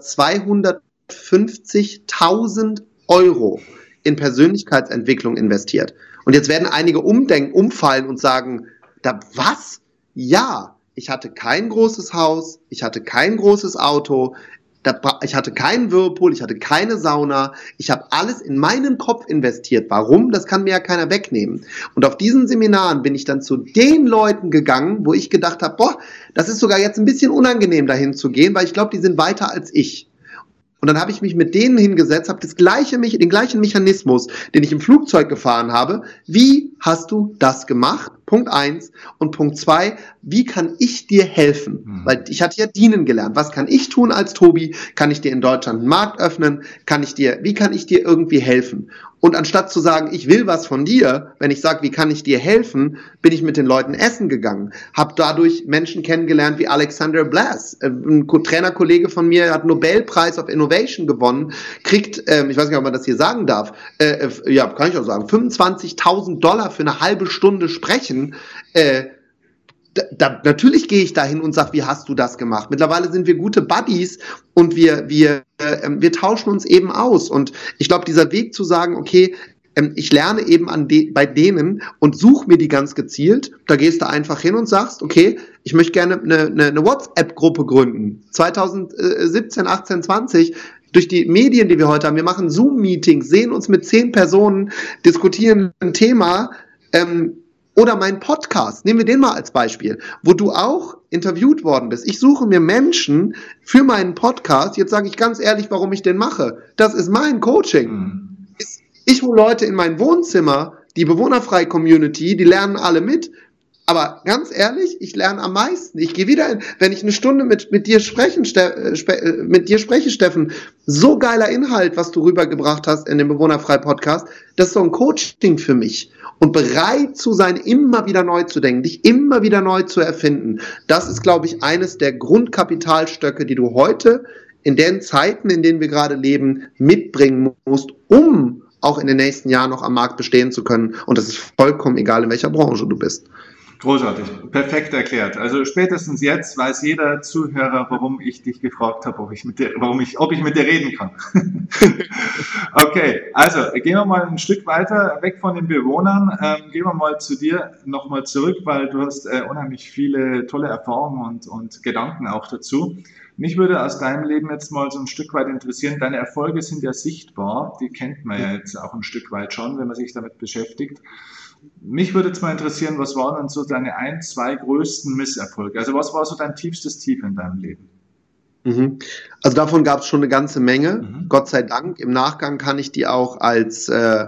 250.000 € in Persönlichkeitsentwicklung investiert. Und jetzt werden einige umfallen und sagen, was? Ja, ich hatte kein großes Haus, ich hatte kein großes Auto, ich hatte keinen Whirlpool, ich hatte keine Sauna, ich habe alles in meinen Kopf investiert. Warum? Das kann mir ja keiner wegnehmen. Und auf diesen Seminaren bin ich dann zu den Leuten gegangen, wo ich gedacht habe, das ist sogar jetzt ein bisschen unangenehm, dahin zu gehen, weil ich glaube, die sind weiter als ich. Und dann habe ich mich mit denen hingesetzt, habe den gleichen Mechanismus, den ich im Flugzeug gefahren habe. Wie hast du das gemacht? Punkt 1. Und Punkt 2, wie kann ich dir helfen? Weil ich hatte ja dienen gelernt. Was kann ich tun als Tobi? Kann ich dir in Deutschland einen Markt öffnen? Wie kann ich dir irgendwie helfen? Und anstatt zu sagen, ich will was von dir, wenn ich sage, wie kann ich dir helfen, bin ich mit den Leuten essen gegangen. Habe dadurch Menschen kennengelernt wie Alexander Blass. Ein Trainerkollege von mir hat Nobelpreis of Innovation gewonnen, kriegt, ich weiß nicht, ob man das hier sagen darf, ja, kann ich auch sagen, $25.000 für eine halbe Stunde sprechen. Natürlich gehe ich dahin und sage, wie hast du das gemacht? Mittlerweile sind wir gute Buddies und wir tauschen uns eben aus. Und ich glaube, dieser Weg zu sagen, okay, ich lerne eben bei denen und suche mir die ganz gezielt, da gehst du einfach hin und sagst, okay, ich möchte gerne eine WhatsApp-Gruppe gründen. 2017, 18, 20, durch die Medien, die wir heute haben, wir machen Zoom-Meetings, sehen uns mit 10 Personen, diskutieren ein Thema, oder mein Podcast, nehmen wir den mal als Beispiel, wo du auch interviewt worden bist. Ich suche mir Menschen für meinen Podcast, jetzt sage ich ganz ehrlich, warum ich den mache. Das ist mein Coaching. Ich hole Leute in mein Wohnzimmer, die Bewohnerfrei-Community, die lernen alle mit. Aber ganz ehrlich, ich lerne am meisten. Ich gehe wieder, wenn ich eine Stunde mit dir spreche, Steffen, so geiler Inhalt, was du rübergebracht hast in dem Bewohnerfrei-Podcast, das ist so ein Coaching für mich. Und bereit zu sein, immer wieder neu zu denken, dich immer wieder neu zu erfinden, das ist, glaube ich, eines der Grundkapitalstöcke, die du heute in den Zeiten, in denen wir gerade leben, mitbringen musst, um auch in den nächsten Jahren noch am Markt bestehen zu können. Und das ist vollkommen egal, in welcher Branche du bist. Großartig, perfekt erklärt. Also spätestens jetzt weiß jeder Zuhörer, warum ich dich gefragt habe, ob ich mit dir reden kann. Okay, also gehen wir mal ein Stück weiter, weg von den Bewohnern, gehen wir mal zu dir nochmal zurück, weil du hast unheimlich viele tolle Erfahrungen und Gedanken auch dazu. Mich würde aus deinem Leben jetzt mal so ein Stück weit interessieren, deine Erfolge sind ja sichtbar, die kennt man ja jetzt auch ein Stück weit schon, wenn man sich damit beschäftigt. Mich würde jetzt mal interessieren, was waren denn so deine 1, 2 größten Misserfolge? Also was war so dein tiefstes Tief in deinem Leben? Also davon gab es schon eine ganze Menge, Gott sei Dank. Im Nachgang kann ich die auch als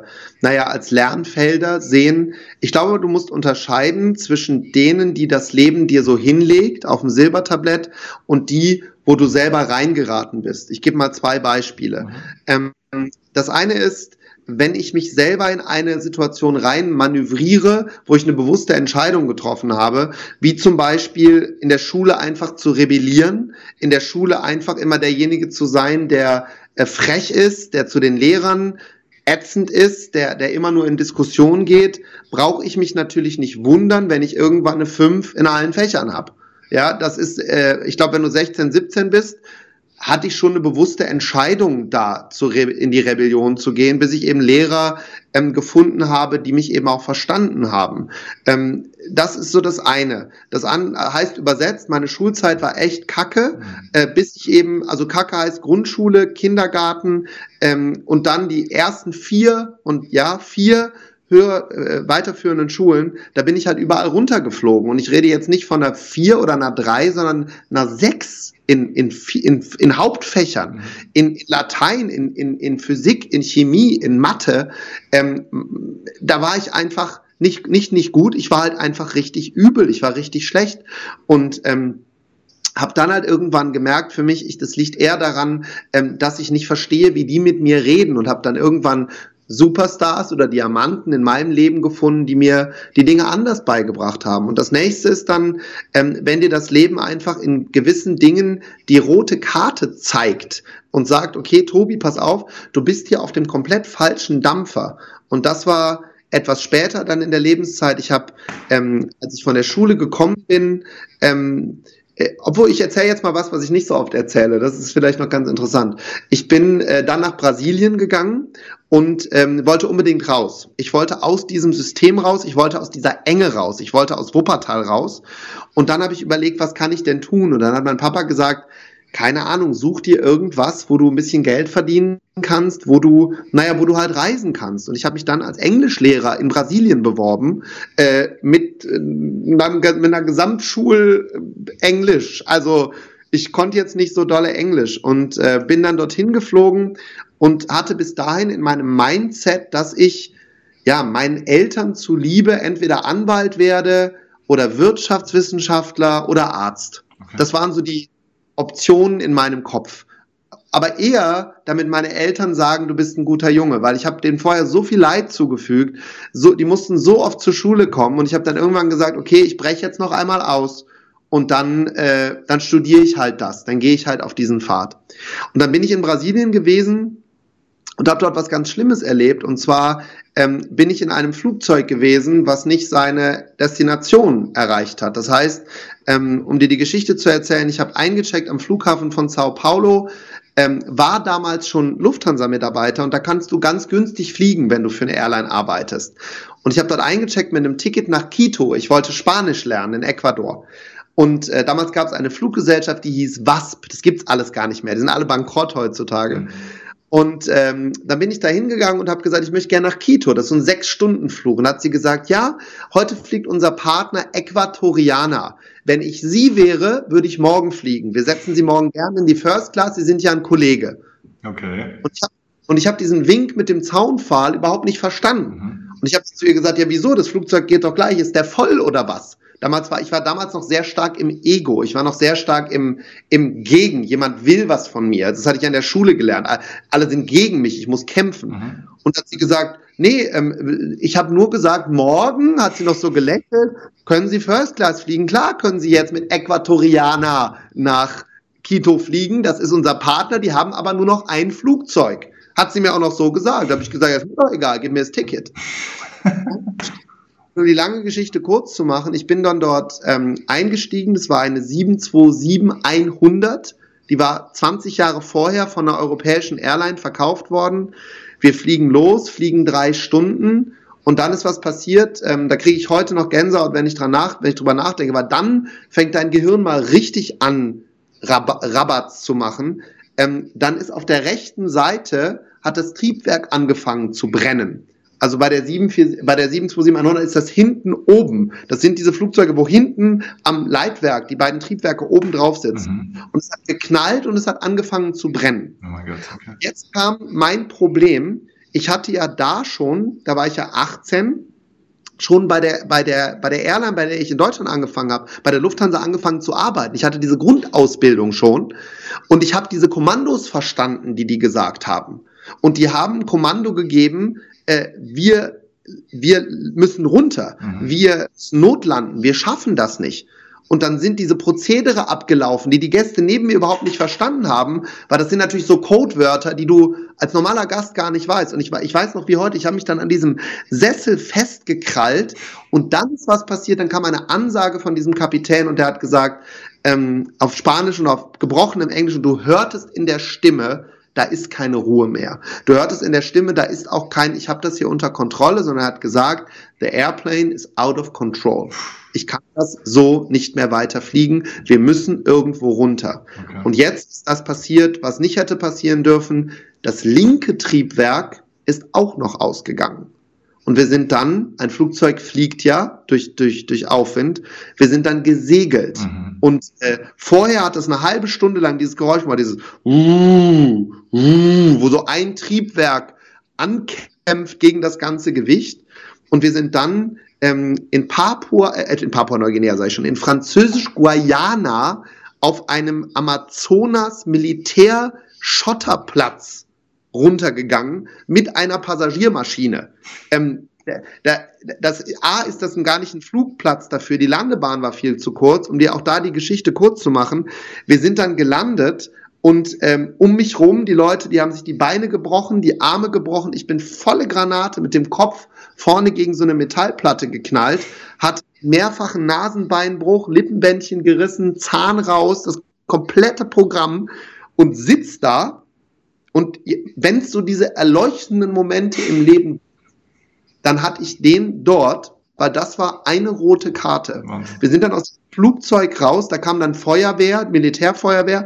Lernfelder sehen. Ich glaube, du musst unterscheiden zwischen denen, die das Leben dir so hinlegt auf dem Silbertablett und die, wo du selber reingeraten bist. Ich gebe mal 2 Beispiele. Das eine ist, wenn ich mich selber in eine Situation rein manövriere, wo ich eine bewusste Entscheidung getroffen habe, wie zum Beispiel in der Schule einfach zu rebellieren, in der Schule einfach immer derjenige zu sein, der frech ist, der zu den Lehrern ätzend ist, der immer nur in Diskussion geht, brauche ich mich natürlich nicht wundern, wenn ich irgendwann eine 5 in allen Fächern habe. Ja, das ist, ich glaube, wenn du 16, 17 bist, hatte ich schon eine bewusste Entscheidung da, in die Rebellion zu gehen, bis ich eben Lehrer gefunden habe, die mich eben auch verstanden haben. Das ist so das eine. Das heißt übersetzt, meine Schulzeit war echt kacke, bis ich eben, also kacke heißt Grundschule, Kindergarten und dann die ersten 4 weiterführenden Schulen, da bin ich halt überall runtergeflogen. Und ich rede jetzt nicht von einer 4 oder einer 3, sondern einer 6 in Hauptfächern, in Latein, in Physik, in Chemie, in Mathe. Da war ich einfach nicht gut, ich war halt einfach richtig übel, ich war richtig schlecht. Und habe dann halt irgendwann gemerkt, für mich, das liegt eher daran, dass ich nicht verstehe, wie die mit mir reden, und habe dann irgendwann Superstars oder Diamanten in meinem Leben gefunden, die mir die Dinge anders beigebracht haben. Und das nächste ist dann, wenn dir das Leben einfach in gewissen Dingen die rote Karte zeigt und sagt, okay, Tobi, pass auf, du bist hier auf dem komplett falschen Dampfer. Und das war etwas später dann in der Lebenszeit. Ich habe, als ich von der Schule gekommen bin, obwohl, ich erzähle jetzt mal was ich nicht so oft erzähle. Das ist vielleicht noch ganz interessant. Ich bin dann nach Brasilien gegangen und wollte unbedingt raus. Ich wollte aus diesem System raus, ich wollte aus dieser Enge raus, ich wollte aus Wuppertal raus. Und dann habe ich überlegt, was kann ich denn tun? Und dann hat mein Papa gesagt, keine Ahnung, such dir irgendwas, wo du ein bisschen Geld verdienen kannst, wo du halt reisen kannst. Und ich habe mich dann als Englischlehrer in Brasilien beworben, mit einer Gesamtschul-Englisch. Also ich konnte jetzt nicht so dolle Englisch und bin dann dorthin geflogen und hatte bis dahin in meinem Mindset, dass ich meinen Eltern zuliebe entweder Anwalt werde oder Wirtschaftswissenschaftler oder Arzt. Okay. Das waren so die Optionen in meinem Kopf. Aber eher, damit meine Eltern sagen, du bist ein guter Junge, weil ich habe denen vorher so viel Leid zugefügt, die mussten so oft zur Schule kommen, und ich habe dann irgendwann gesagt, okay, ich breche jetzt noch einmal aus und dann studiere ich halt das, dann gehe ich halt auf diesen Pfad. Und dann bin ich in Brasilien gewesen und habe dort was ganz Schlimmes erlebt, und zwar bin ich in einem Flugzeug gewesen, was nicht seine Destination erreicht hat. Das heißt, um dir die Geschichte zu erzählen, ich habe eingecheckt am Flughafen von Sao Paulo, war damals schon Lufthansa-Mitarbeiter, und da kannst du ganz günstig fliegen, wenn du für eine Airline arbeitest. Und ich habe dort eingecheckt mit einem Ticket nach Quito. Ich wollte Spanisch lernen in Ecuador. Und damals gab es eine Fluggesellschaft, die hieß WASP. Das gibt's alles gar nicht mehr. Die sind alle bankrott heutzutage. Und dann bin ich da hingegangen und habe gesagt, ich möchte gerne nach Quito. Das ist so ein 6-Stunden-Flug. Und dann hat sie gesagt, ja, heute fliegt unser Partner Ecuatoriana. Wenn ich Sie wäre, würde ich morgen fliegen. Wir setzen Sie morgen gerne in die First Class. Sie sind ja ein Kollege. Okay. Und ich habe diesen Wink mit dem Zaunpfahl überhaupt nicht verstanden. Und ich habe zu ihr gesagt, ja wieso, das Flugzeug geht doch gleich, ist der voll oder was? Ich war damals noch sehr stark im Ego, ich war noch sehr stark im Gegen, jemand will was von mir, das hatte ich an der Schule gelernt, alle sind gegen mich, ich muss kämpfen. Und hat sie gesagt, nee, ich habe nur gesagt, morgen, hat sie noch so gelächelt, können Sie First Class fliegen? Klar können Sie jetzt mit Äquatoriana nach Quito fliegen, das ist unser Partner, die haben aber nur noch ein Flugzeug. Hat sie mir auch noch so gesagt, da habe ich gesagt, ja, ist mir doch egal, gib mir das Ticket. Um die lange Geschichte kurz zu machen, ich bin dann dort eingestiegen, das war eine 727-100, die war 20 Jahre vorher von einer europäischen Airline verkauft worden. Wir fliegen los, fliegen 3 Stunden und dann ist was passiert, da kriege ich heute noch Gänsehaut, wenn ich drüber nachdenke, weil dann fängt dein Gehirn mal richtig an, Rabatz zu machen. Dann ist auf der rechten Seite, hat das Triebwerk angefangen zu brennen. Also bei der 727-100 ist das hinten oben. Das sind diese Flugzeuge, wo hinten am Leitwerk die beiden Triebwerke oben drauf sitzen. Und es hat geknallt und es hat angefangen zu brennen. Oh mein Gott, okay. Jetzt kam mein Problem. Ich hatte ja da war ich ja 18, schon bei der Airline, bei der ich in Deutschland angefangen habe, bei der Lufthansa angefangen zu arbeiten. Ich hatte diese Grundausbildung schon und ich habe diese Kommandos verstanden, die gesagt haben. Und die haben ein Kommando gegeben, wir müssen runter, wir notlanden, wir schaffen das nicht. Und dann sind diese Prozedere abgelaufen, die Gäste neben mir überhaupt nicht verstanden haben, weil das sind natürlich so Codewörter, die du als normaler Gast gar nicht weißt. Und ich weiß noch wie heute, ich habe mich dann an diesem Sessel festgekrallt und dann ist was passiert, dann kam eine Ansage von diesem Kapitän und der hat gesagt, auf Spanisch und auf gebrochenem Englisch, und du hörtest in der Stimme, da ist keine Ruhe mehr. Du hörtest in der Stimme, da ist auch kein, ich habe das hier unter Kontrolle, sondern er hat gesagt, the airplane is out of control. Ich kann das so nicht mehr weiter fliegen. Wir müssen irgendwo runter. Okay. Und jetzt ist das passiert, was nicht hätte passieren dürfen. Das linke Triebwerk ist auch noch ausgegangen. Und wir sind dann, ein Flugzeug fliegt ja durch Aufwind, wir sind dann gesegelt. Und vorher hat es eine halbe Stunde lang dieses Geräusch gemacht, dieses wo so ein Triebwerk ankämpft gegen das ganze Gewicht. Und wir sind dann in Papua-Neuguinea, sage ich schon, in Französisch-Guayana auf einem Amazonas-Militär-Schotterplatz runtergegangen mit einer Passagiermaschine. Das ist das gar nicht ein Flugplatz dafür, die Landebahn war viel zu kurz, um dir auch da die Geschichte kurz zu machen. Wir sind dann gelandet und um mich rum, die Leute, die haben sich die Beine gebrochen, die Arme gebrochen, ich bin volle Granate mit dem Kopf vorne gegen so eine Metallplatte geknallt, hat mehrfachen Nasenbeinbruch, Lippenbändchen gerissen, Zahn raus, das komplette Programm und sitzt da. Und wenn es so diese erleuchtenden Momente im Leben, dann hatte ich den dort, weil das war eine rote Karte. Wahnsinn. Wir sind dann aus dem Flugzeug raus, da kam dann Feuerwehr, Militärfeuerwehr,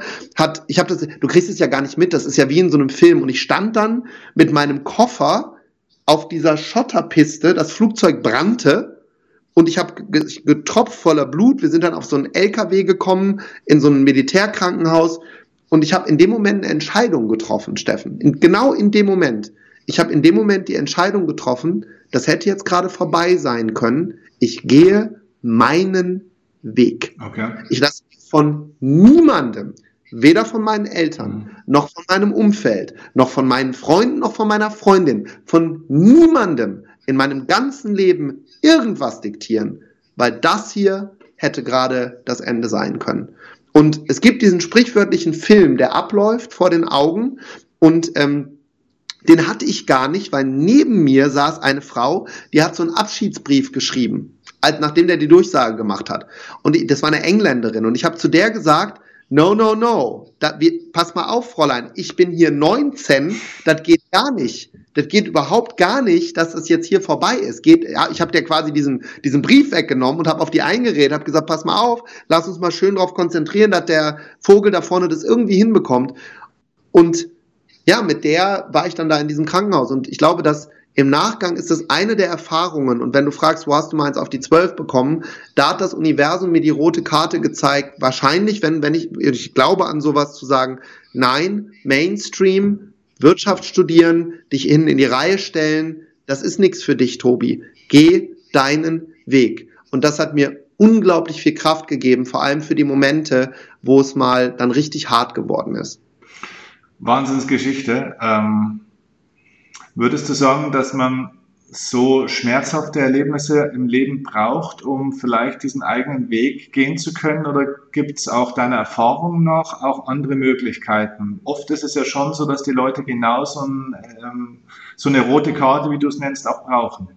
du kriegst es ja gar nicht mit, das ist ja wie in so einem Film. Und ich stand dann mit meinem Koffer auf dieser Schotterpiste, das Flugzeug brannte und ich habe getropft voller Blut. Wir sind dann auf so einen LKW gekommen, in so ein Militärkrankenhaus. Und ich habe in dem Moment eine Entscheidung getroffen, Steffen. Genau in dem Moment. Ich habe in dem Moment die Entscheidung getroffen, das hätte jetzt gerade vorbei sein können. Ich gehe meinen Weg. Okay. Ich lasse mich von niemandem, weder von meinen Eltern, noch von meinem Umfeld, noch von meinen Freunden, noch von meiner Freundin, von niemandem in meinem ganzen Leben irgendwas diktieren, weil das hier hätte gerade das Ende sein können. Und es gibt diesen sprichwörtlichen Film, der abläuft vor den Augen und den hatte ich gar nicht, weil neben mir saß eine Frau, die hat so einen Abschiedsbrief geschrieben, nachdem der die Durchsage gemacht hat. Und das war eine Engländerin und ich habe zu der gesagt, no, pass mal auf, Fräulein, ich bin hier 19, das geht gar nicht. Das geht überhaupt gar nicht, dass das jetzt hier vorbei ist. Ich habe dir quasi diesen Brief weggenommen und habe auf die eingeredet, habe gesagt, pass mal auf, lass uns mal schön darauf konzentrieren, dass der Vogel da vorne das irgendwie hinbekommt. Und ja, mit der war ich dann da in diesem Krankenhaus. Und ich glaube, dass im Nachgang ist das eine der Erfahrungen. Und wenn du fragst, wo hast du meins auf die 12 bekommen, da hat das Universum mir die rote Karte gezeigt. Wahrscheinlich, wenn ich glaube an sowas zu sagen, nein, Mainstream, Wirtschaft studieren, dich innen in die Reihe stellen, das ist nichts für dich, Tobi. Geh deinen Weg. Und das hat mir unglaublich viel Kraft gegeben, vor allem für die Momente, wo es mal dann richtig hart geworden ist. Wahnsinnsgeschichte. Würdest du sagen, dass man so schmerzhafte Erlebnisse im Leben braucht, um vielleicht diesen eigenen Weg gehen zu können? Oder gibt es auch deiner Erfahrung nach auch andere Möglichkeiten? Oft ist es ja schon so, dass die Leute genau so eine rote Karte, wie du es nennst, auch brauchen.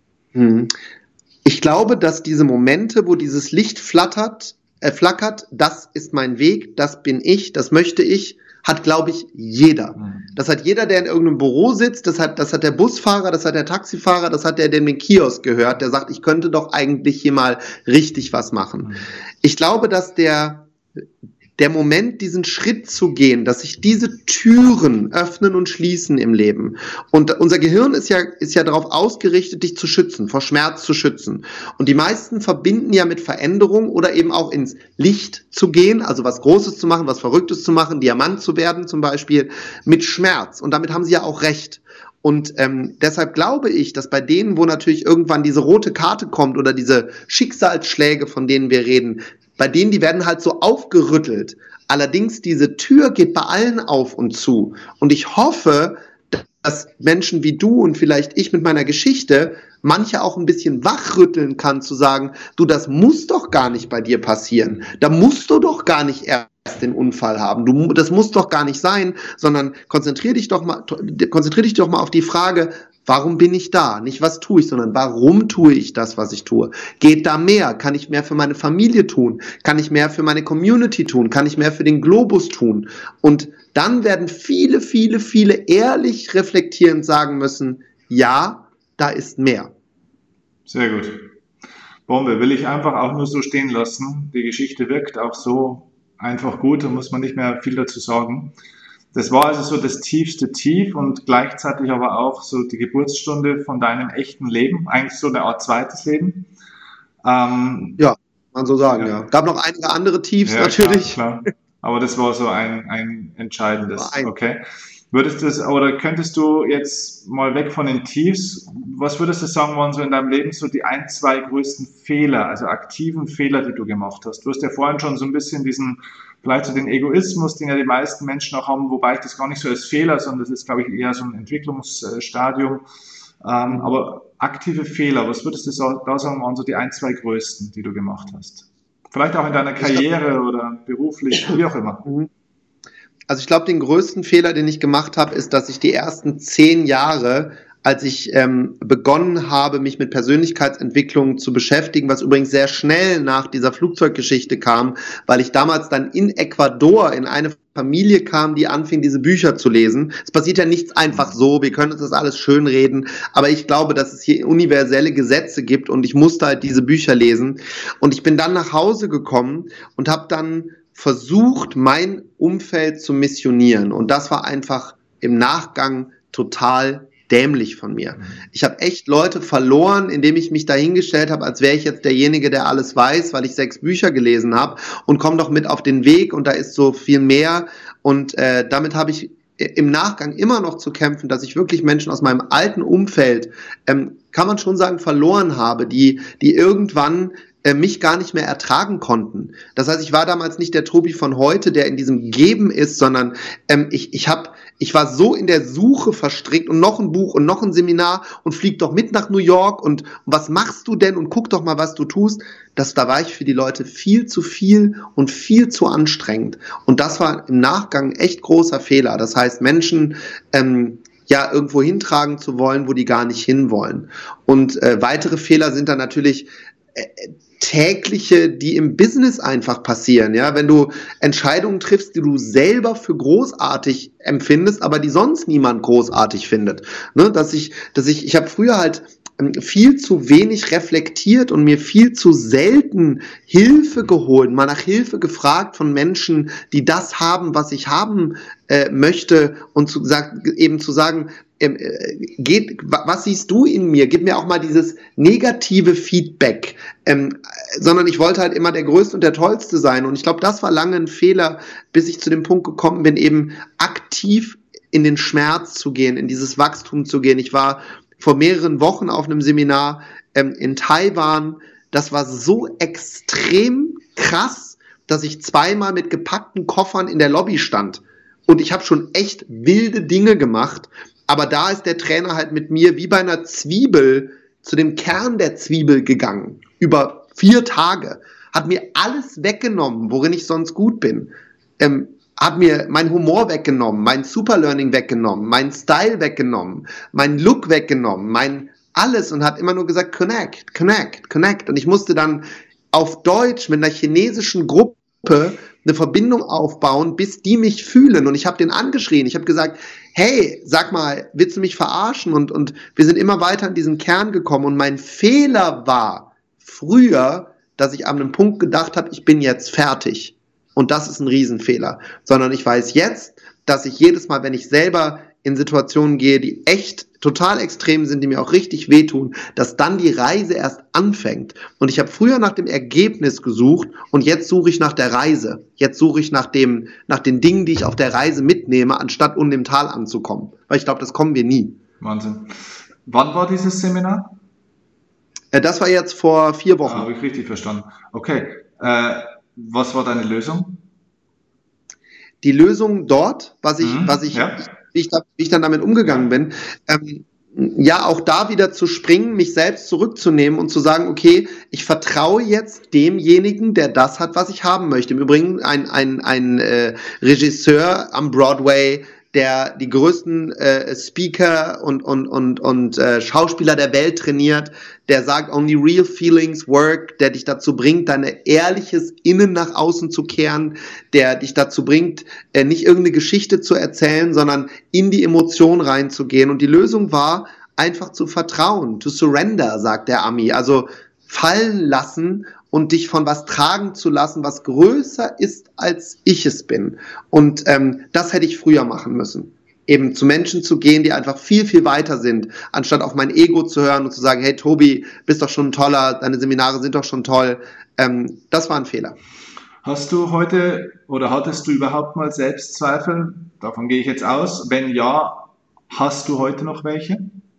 Ich glaube, dass diese Momente, wo dieses Licht flackert, das ist mein Weg, das bin ich, das möchte ich, hat, glaube ich, jeder. Das hat jeder, der in irgendeinem Büro sitzt, das hat der Busfahrer, das hat der Taxifahrer, das hat der in den Kiosk gehört, der sagt, ich könnte doch eigentlich hier mal richtig was machen. Ich glaube, dass der Moment, diesen Schritt zu gehen, dass sich diese Türen öffnen und schließen im Leben. Und unser Gehirn ist ja darauf ausgerichtet, dich zu schützen, vor Schmerz zu schützen. Und die meisten verbinden ja mit Veränderung oder eben auch ins Licht zu gehen, also was Großes zu machen, was Verrücktes zu machen, Diamant zu werden zum Beispiel, mit Schmerz. Und damit haben sie ja auch recht. Und deshalb glaube ich, dass bei denen, wo natürlich irgendwann diese rote Karte kommt oder diese Schicksalsschläge, von denen wir reden, bei denen, die werden halt so aufgerüttelt. Allerdings, diese Tür geht bei allen auf und zu. Und ich hoffe, dass Menschen wie du und vielleicht ich mit meiner Geschichte manche auch ein bisschen wachrütteln kann, zu sagen, du, das muss doch gar nicht bei dir passieren. Da musst du doch gar nicht erst den Unfall haben. Das muss doch gar nicht sein, sondern konzentrier dich doch mal auf die Frage, warum bin ich da? Nicht, was tue ich, sondern warum tue ich das, was ich tue? Geht da mehr? Kann ich mehr für meine Familie tun? Kann ich mehr für meine Community tun? Kann ich mehr für den Globus tun? Und dann werden viele, viele, viele ehrlich reflektierend sagen müssen, ja, da ist mehr. Sehr gut. Bombe, will ich einfach auch nur so stehen lassen. Die Geschichte wirkt auch so einfach gut, da muss man nicht mehr viel dazu sagen. Das war also so das tiefste Tief und gleichzeitig aber auch so die Geburtsstunde von deinem echten Leben, eigentlich so eine Art zweites Leben. Ja, man so sagen, ja. Gab noch einige andere Tiefs natürlich. Klar. Aber das war so ein entscheidendes. Okay. Könntest du jetzt mal weg von den Tiefs, was würdest du sagen, waren so in deinem Leben so die 1, 2 größten Fehler, also aktiven Fehler, die du gemacht hast? Du hast ja vorhin schon so ein bisschen vielleicht so den Egoismus, den ja die meisten Menschen auch haben, wobei ich das gar nicht so als Fehler, sondern das ist, glaube ich, eher so ein Entwicklungsstadium. Aber aktive Fehler, was würdest du da sagen, waren so die 1, 2 größten, die du gemacht hast? Vielleicht auch in deiner Karriere oder beruflich, wie auch immer. Also ich glaube, den größten Fehler, den ich gemacht habe, ist, dass ich die ersten 10 Jahre, als ich begonnen habe, mich mit Persönlichkeitsentwicklung zu beschäftigen, was übrigens sehr schnell nach dieser Flugzeuggeschichte kam, weil ich damals dann in Ecuador in eine Familie kam, die anfing, diese Bücher zu lesen. Es passiert ja nichts einfach so, wir können uns das alles schönreden, aber ich glaube, dass es hier universelle Gesetze gibt und ich musste halt diese Bücher lesen. Und ich bin dann nach Hause gekommen und habe dann versucht, mein Umfeld zu missionieren. Und das war einfach im Nachgang total dämlich von mir. Ich habe echt Leute verloren, indem ich mich dahingestellt habe, als wäre ich jetzt derjenige, der alles weiß, weil ich 6 Bücher gelesen habe und komm doch mit auf den Weg und da ist so viel mehr. Und damit habe ich im Nachgang immer noch zu kämpfen, dass ich wirklich Menschen aus meinem alten Umfeld, kann man schon sagen, verloren habe, die irgendwann mich gar nicht mehr ertragen konnten. Das heißt, ich war damals nicht der Tobi von heute, der in diesem Geben ist, sondern ich war so in der Suche verstrickt und noch ein Buch und noch ein Seminar und flieg doch mit nach New York und was machst du denn und guck doch mal, was du tust. Da war ich für die Leute viel zu viel und viel zu anstrengend. Und das war im Nachgang echt großer Fehler. Das heißt, Menschen irgendwo hintragen zu wollen, wo die gar nicht hinwollen. Und weitere Fehler sind dann natürlich tägliche, die im Business einfach passieren, ja, wenn du Entscheidungen triffst, die du selber für großartig empfindest, aber die sonst niemand großartig findet, ne, ich habe früher halt viel zu wenig reflektiert und mir viel zu selten Hilfe geholt, mal nach Hilfe gefragt von Menschen, die das haben, was ich haben möchte und zu sagen, was siehst du in mir? Gib mir auch mal dieses negative Feedback, sondern ich wollte halt immer der Größte und der Tollste sein und ich glaube, das war lange ein Fehler, bis ich zu dem Punkt gekommen bin, eben aktiv in den Schmerz zu gehen, in dieses Wachstum zu gehen. Ich war vor mehreren Wochen auf einem Seminar in Taiwan. Das war so extrem krass, dass ich zweimal mit gepackten Koffern in der Lobby stand. Und ich habe schon echt wilde Dinge gemacht. Aber da ist der Trainer halt mit mir wie bei einer Zwiebel zu dem Kern der Zwiebel gegangen. Über 4 Tage. Hat mir alles weggenommen, worin ich sonst gut bin. Hat mir meinen Humor weggenommen, mein Superlearning weggenommen, meinen Style weggenommen, meinen Look weggenommen, mein alles und hat immer nur gesagt, connect, connect, connect. Und ich musste dann auf Deutsch mit einer chinesischen Gruppe eine Verbindung aufbauen, bis die mich fühlen. Und ich habe den angeschrien. Ich habe gesagt, hey, sag mal, willst du mich verarschen? Und wir sind immer weiter an diesen Kern gekommen. Und mein Fehler war früher, dass ich an einem Punkt gedacht habe, ich bin jetzt fertig. Und das ist ein Riesenfehler. Sondern ich weiß jetzt, dass ich jedes Mal, wenn ich selber in Situationen gehe, die echt total extrem sind, die mir auch richtig wehtun, dass dann die Reise erst anfängt. Und ich habe früher nach dem Ergebnis gesucht und jetzt suche ich nach der Reise. Jetzt suche ich nach den Dingen, die ich auf der Reise mitnehme, anstatt unten im Tal anzukommen. Weil ich glaube, das kommen wir nie. Wahnsinn. Wann war dieses Seminar? Das war jetzt vor 4 Wochen. Habe ich richtig verstanden. Okay. Was war deine Lösung? Die Lösung dort, wie ich dann damit umgegangen bin, ja, auch da wieder zu springen, mich selbst zurückzunehmen und zu sagen, okay, ich vertraue jetzt demjenigen, der das hat, was ich haben möchte. Im Übrigen ein Regisseur am Broadway, der die größten Speaker und Schauspieler der Welt trainiert, der sagt, only real feelings work, der dich dazu bringt, dein ehrliches Innen nach außen zu kehren, der dich dazu bringt, nicht irgendeine Geschichte zu erzählen, sondern in die Emotion reinzugehen. Und die Lösung war, einfach zu vertrauen, to surrender, sagt der Ami. Also fallen lassen und dich von was tragen zu lassen, was größer ist, als ich es bin. Und das hätte ich früher machen müssen. Eben zu Menschen zu gehen, die einfach viel, viel weiter sind, anstatt auf mein Ego zu hören und zu sagen, hey Tobi, bist doch schon ein toller, deine Seminare sind doch schon toll. Das war ein Fehler. Hast du heute oder hattest du überhaupt mal Selbstzweifel? Davon gehe ich jetzt aus. Wenn ja, hast du heute noch welche?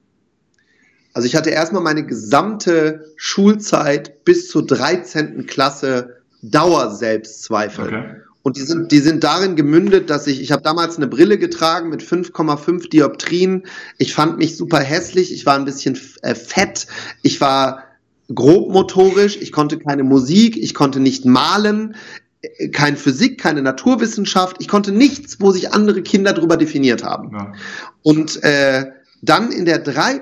Also ich hatte erstmal meine gesamte Schulzeit bis zur 13. Klasse Dauer-Selbstzweifel. Okay. Und die sind darin gemündet, dass ich habe damals eine Brille getragen mit 5,5 Dioptrien. Ich fand mich super hässlich, ich war ein bisschen fett, ich war grobmotorisch, ich konnte keine Musik, ich konnte nicht malen, kein Physik, keine Naturwissenschaft, ich konnte nichts, wo sich andere Kinder drüber definiert haben. Ja. Und dann in der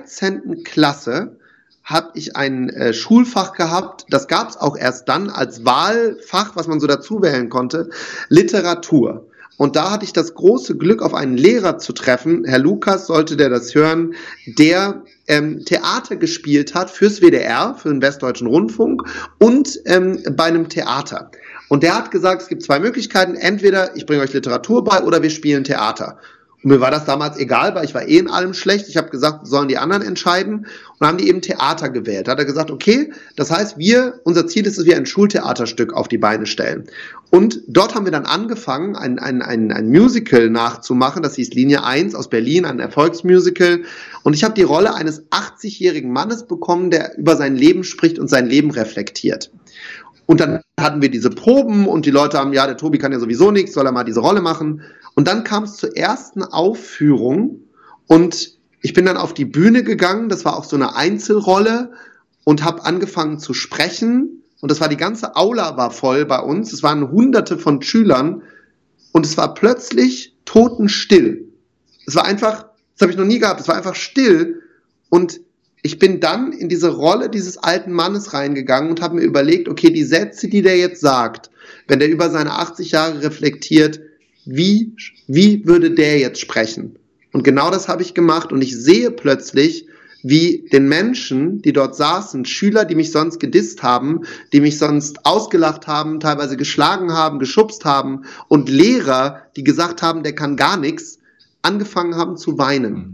13. Klasse habe ich ein Schulfach gehabt, das gab es auch erst dann als Wahlfach, was man so dazu wählen konnte, Literatur. Und da hatte ich das große Glück, auf einen Lehrer zu treffen, Herr Lukas, sollte der das hören, der Theater gespielt hat fürs WDR, für den Westdeutschen Rundfunk und bei einem Theater. Und der hat gesagt, es gibt 2 Möglichkeiten, entweder ich bringe euch Literatur bei oder wir spielen Theater. Und mir war das damals egal, weil ich war in allem schlecht. Ich habe gesagt, sollen die anderen entscheiden. Und haben die eben Theater gewählt. Da hat er gesagt, okay, das heißt, unser Ziel ist, dass wir ein Schultheaterstück auf die Beine stellen. Und dort haben wir dann angefangen, ein Musical nachzumachen. Das hieß Linie 1 aus Berlin, ein Erfolgsmusical. Und ich habe die Rolle eines 80-jährigen Mannes bekommen, der über sein Leben spricht und sein Leben reflektiert. Und dann hatten wir diese Proben und die Leute haben, ja, der Tobi kann ja sowieso nichts, soll er mal diese Rolle machen. Und dann kam es zur ersten Aufführung und ich bin dann auf die Bühne gegangen, das war auch so eine Einzelrolle und habe angefangen zu sprechen und das war die ganze Aula war voll bei uns, es waren Hunderte von Schülern und es war plötzlich totenstill. Es war einfach, das habe ich noch nie gehabt, es war einfach still und ich bin dann in diese Rolle dieses alten Mannes reingegangen und habe mir überlegt, okay, die Sätze, die der jetzt sagt, wenn der über seine 80 Jahre reflektiert, wie würde der jetzt sprechen? Und genau das habe ich gemacht und ich sehe plötzlich, wie den Menschen, die dort saßen, Schüler, die mich sonst gedisst haben, die mich sonst ausgelacht haben, teilweise geschlagen haben, geschubst haben und Lehrer, die gesagt haben, der kann gar nichts, angefangen haben zu weinen.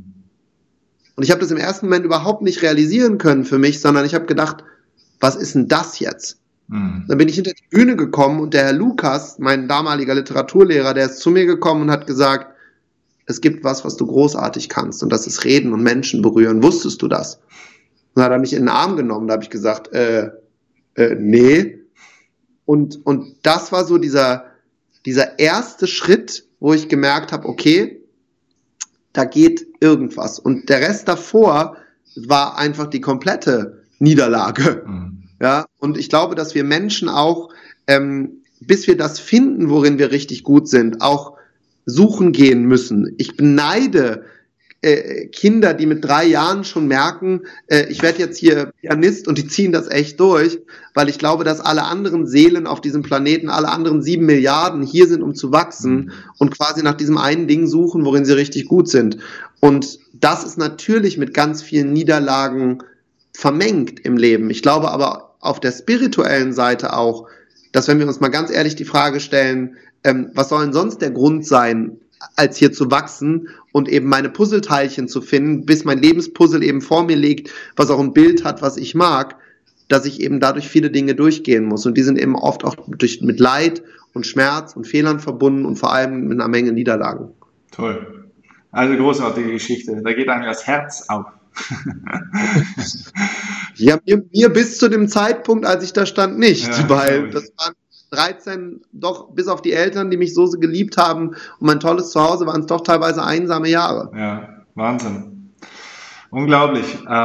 Und ich habe das im ersten Moment überhaupt nicht realisieren können für mich, sondern ich habe gedacht, was ist denn das jetzt? Dann bin ich hinter die Bühne gekommen und der Herr Lukas, mein damaliger Literaturlehrer, der ist zu mir gekommen und hat gesagt, es gibt was du großartig kannst und das ist reden und Menschen berühren. Wusstest du das? Und dann hat er mich in den Arm genommen, da habe ich gesagt, nee. Und das war so dieser erste Schritt, wo ich gemerkt habe, okay, da geht irgendwas. Und der Rest davor war einfach die komplette Niederlage. Ja, und ich glaube, dass wir Menschen auch, bis wir das finden, worin wir richtig gut sind, auch suchen gehen müssen. Ich beneide Kinder, die mit 3 Jahren schon merken, ich werde jetzt hier Pianist und die ziehen das echt durch, weil ich glaube, dass alle anderen Seelen auf diesem Planeten, alle anderen 7 Milliarden hier sind, um zu wachsen und quasi nach diesem einen Ding suchen, worin sie richtig gut sind. Und das ist natürlich mit ganz vielen Niederlagen vermengt im Leben. Ich glaube aber auf der spirituellen Seite auch, dass wenn wir uns mal ganz ehrlich die Frage stellen, was soll denn sonst der Grund sein, als hier zu wachsen und eben meine Puzzleteilchen zu finden, bis mein Lebenspuzzle eben vor mir liegt, was auch ein Bild hat, was ich mag, dass ich eben dadurch viele Dinge durchgehen muss. Und die sind eben oft auch mit Leid und Schmerz und Fehlern verbunden und vor allem mit einer Menge Niederlagen. Toll. Also großartige Geschichte. Da geht einem das Herz auf. Ja, mir bis zu dem Zeitpunkt, als ich da stand, nicht, Ja, weil das waren 13, doch bis auf die Eltern, die mich so geliebt haben und mein tolles Zuhause, waren es doch teilweise einsame Jahre. Ja, Wahnsinn. Unglaublich.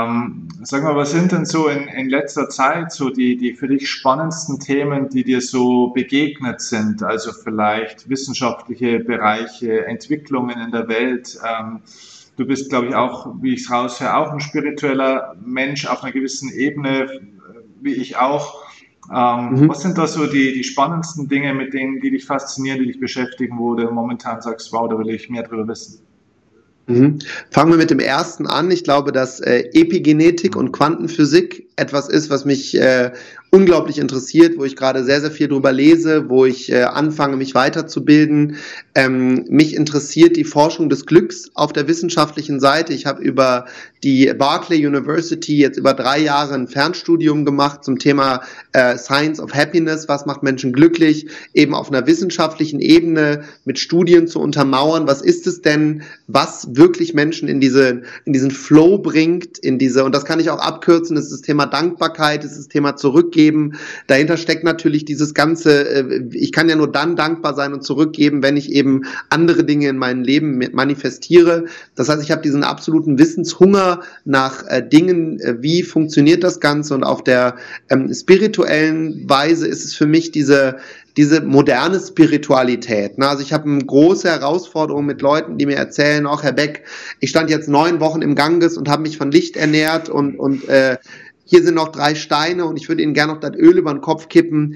Sag mal, was sind denn so in letzter Zeit so die für dich spannendsten Themen, die dir so begegnet sind? Also vielleicht wissenschaftliche Bereiche, Entwicklungen in der Welt. Du bist, glaube ich, auch, wie ich es raushöre, auch ein spiritueller Mensch auf einer gewissen Ebene, wie ich auch. Was sind da so die spannendsten Dinge, mit denen, die dich faszinieren, die dich beschäftigen, wo du momentan sagst, wow, da will ich mehr drüber wissen? Fangen wir mit dem ersten an. Ich glaube, dass Epigenetik und Quantenphysik etwas ist, was mich unglaublich interessiert, wo ich gerade sehr, sehr viel drüber lese, wo ich anfange, mich weiterzubilden. Mich interessiert die Forschung des Glücks auf der wissenschaftlichen Seite. Ich habe über die Berkeley University jetzt über 3 Jahre ein Fernstudium gemacht zum Thema Science of Happiness, was macht Menschen glücklich, eben auf einer wissenschaftlichen Ebene mit Studien zu untermauern. Was ist es denn, was wirklich Menschen in diesen Flow bringt, und das kann ich auch abkürzen, das ist das Thema Dankbarkeit, das ist das Thema Zurückgeben. Dahinter steckt natürlich dieses ganze, ich kann ja nur dann dankbar sein und zurückgeben, wenn ich eben andere Dinge in meinem Leben manifestiere. Das heißt, ich habe diesen absoluten Wissenshunger nach Dingen, wie funktioniert das Ganze, und auf der spirituellen Weise ist es für mich diese moderne Spiritualität. Also ich habe eine große Herausforderung mit Leuten, die mir erzählen, auch Herr Beck, ich stand jetzt 9 Wochen im Ganges und habe mich von Licht ernährt und hier sind noch 3 Steine und ich würde Ihnen gerne noch das Öl über den Kopf kippen.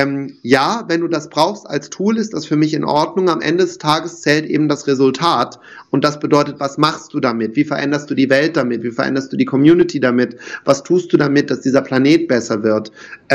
Ja, wenn du das brauchst als Tool, ist das für mich in Ordnung. Am Ende des Tages zählt eben das Resultat. Und das bedeutet, was machst du damit? Wie veränderst du die Welt damit? Wie veränderst du die Community damit? Was tust du damit, dass dieser Planet besser wird?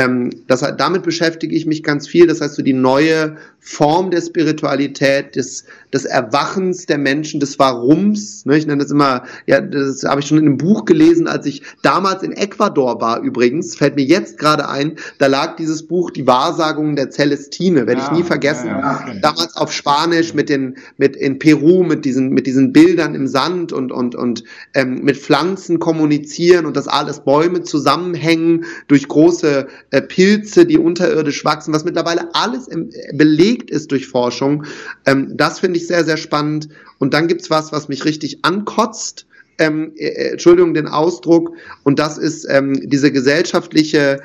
Damit beschäftige ich mich ganz viel. Das heißt, so die neue Form der Spiritualität, des Erwachens der Menschen, des Warums. Ne? Ich nenne das immer, ja, das habe ich schon in einem Buch gelesen, als ich damals in Ecuador war übrigens. Fällt mir jetzt gerade ein, da lag dieses Buch, die Wahrsagungen der Celestine, werde ich nie vergessen. Okay. Damals auf Spanisch in Peru mit diesen Bildern im Sand und mit Pflanzen kommunizieren und dass alles Bäume zusammenhängen durch große Pilze, die unterirdisch wachsen, was mittlerweile alles belegt ist durch Forschung. Das finde ich sehr, sehr spannend. Und dann gibt's was mich richtig ankotzt. Entschuldigung den Ausdruck. Und das ist diese gesellschaftliche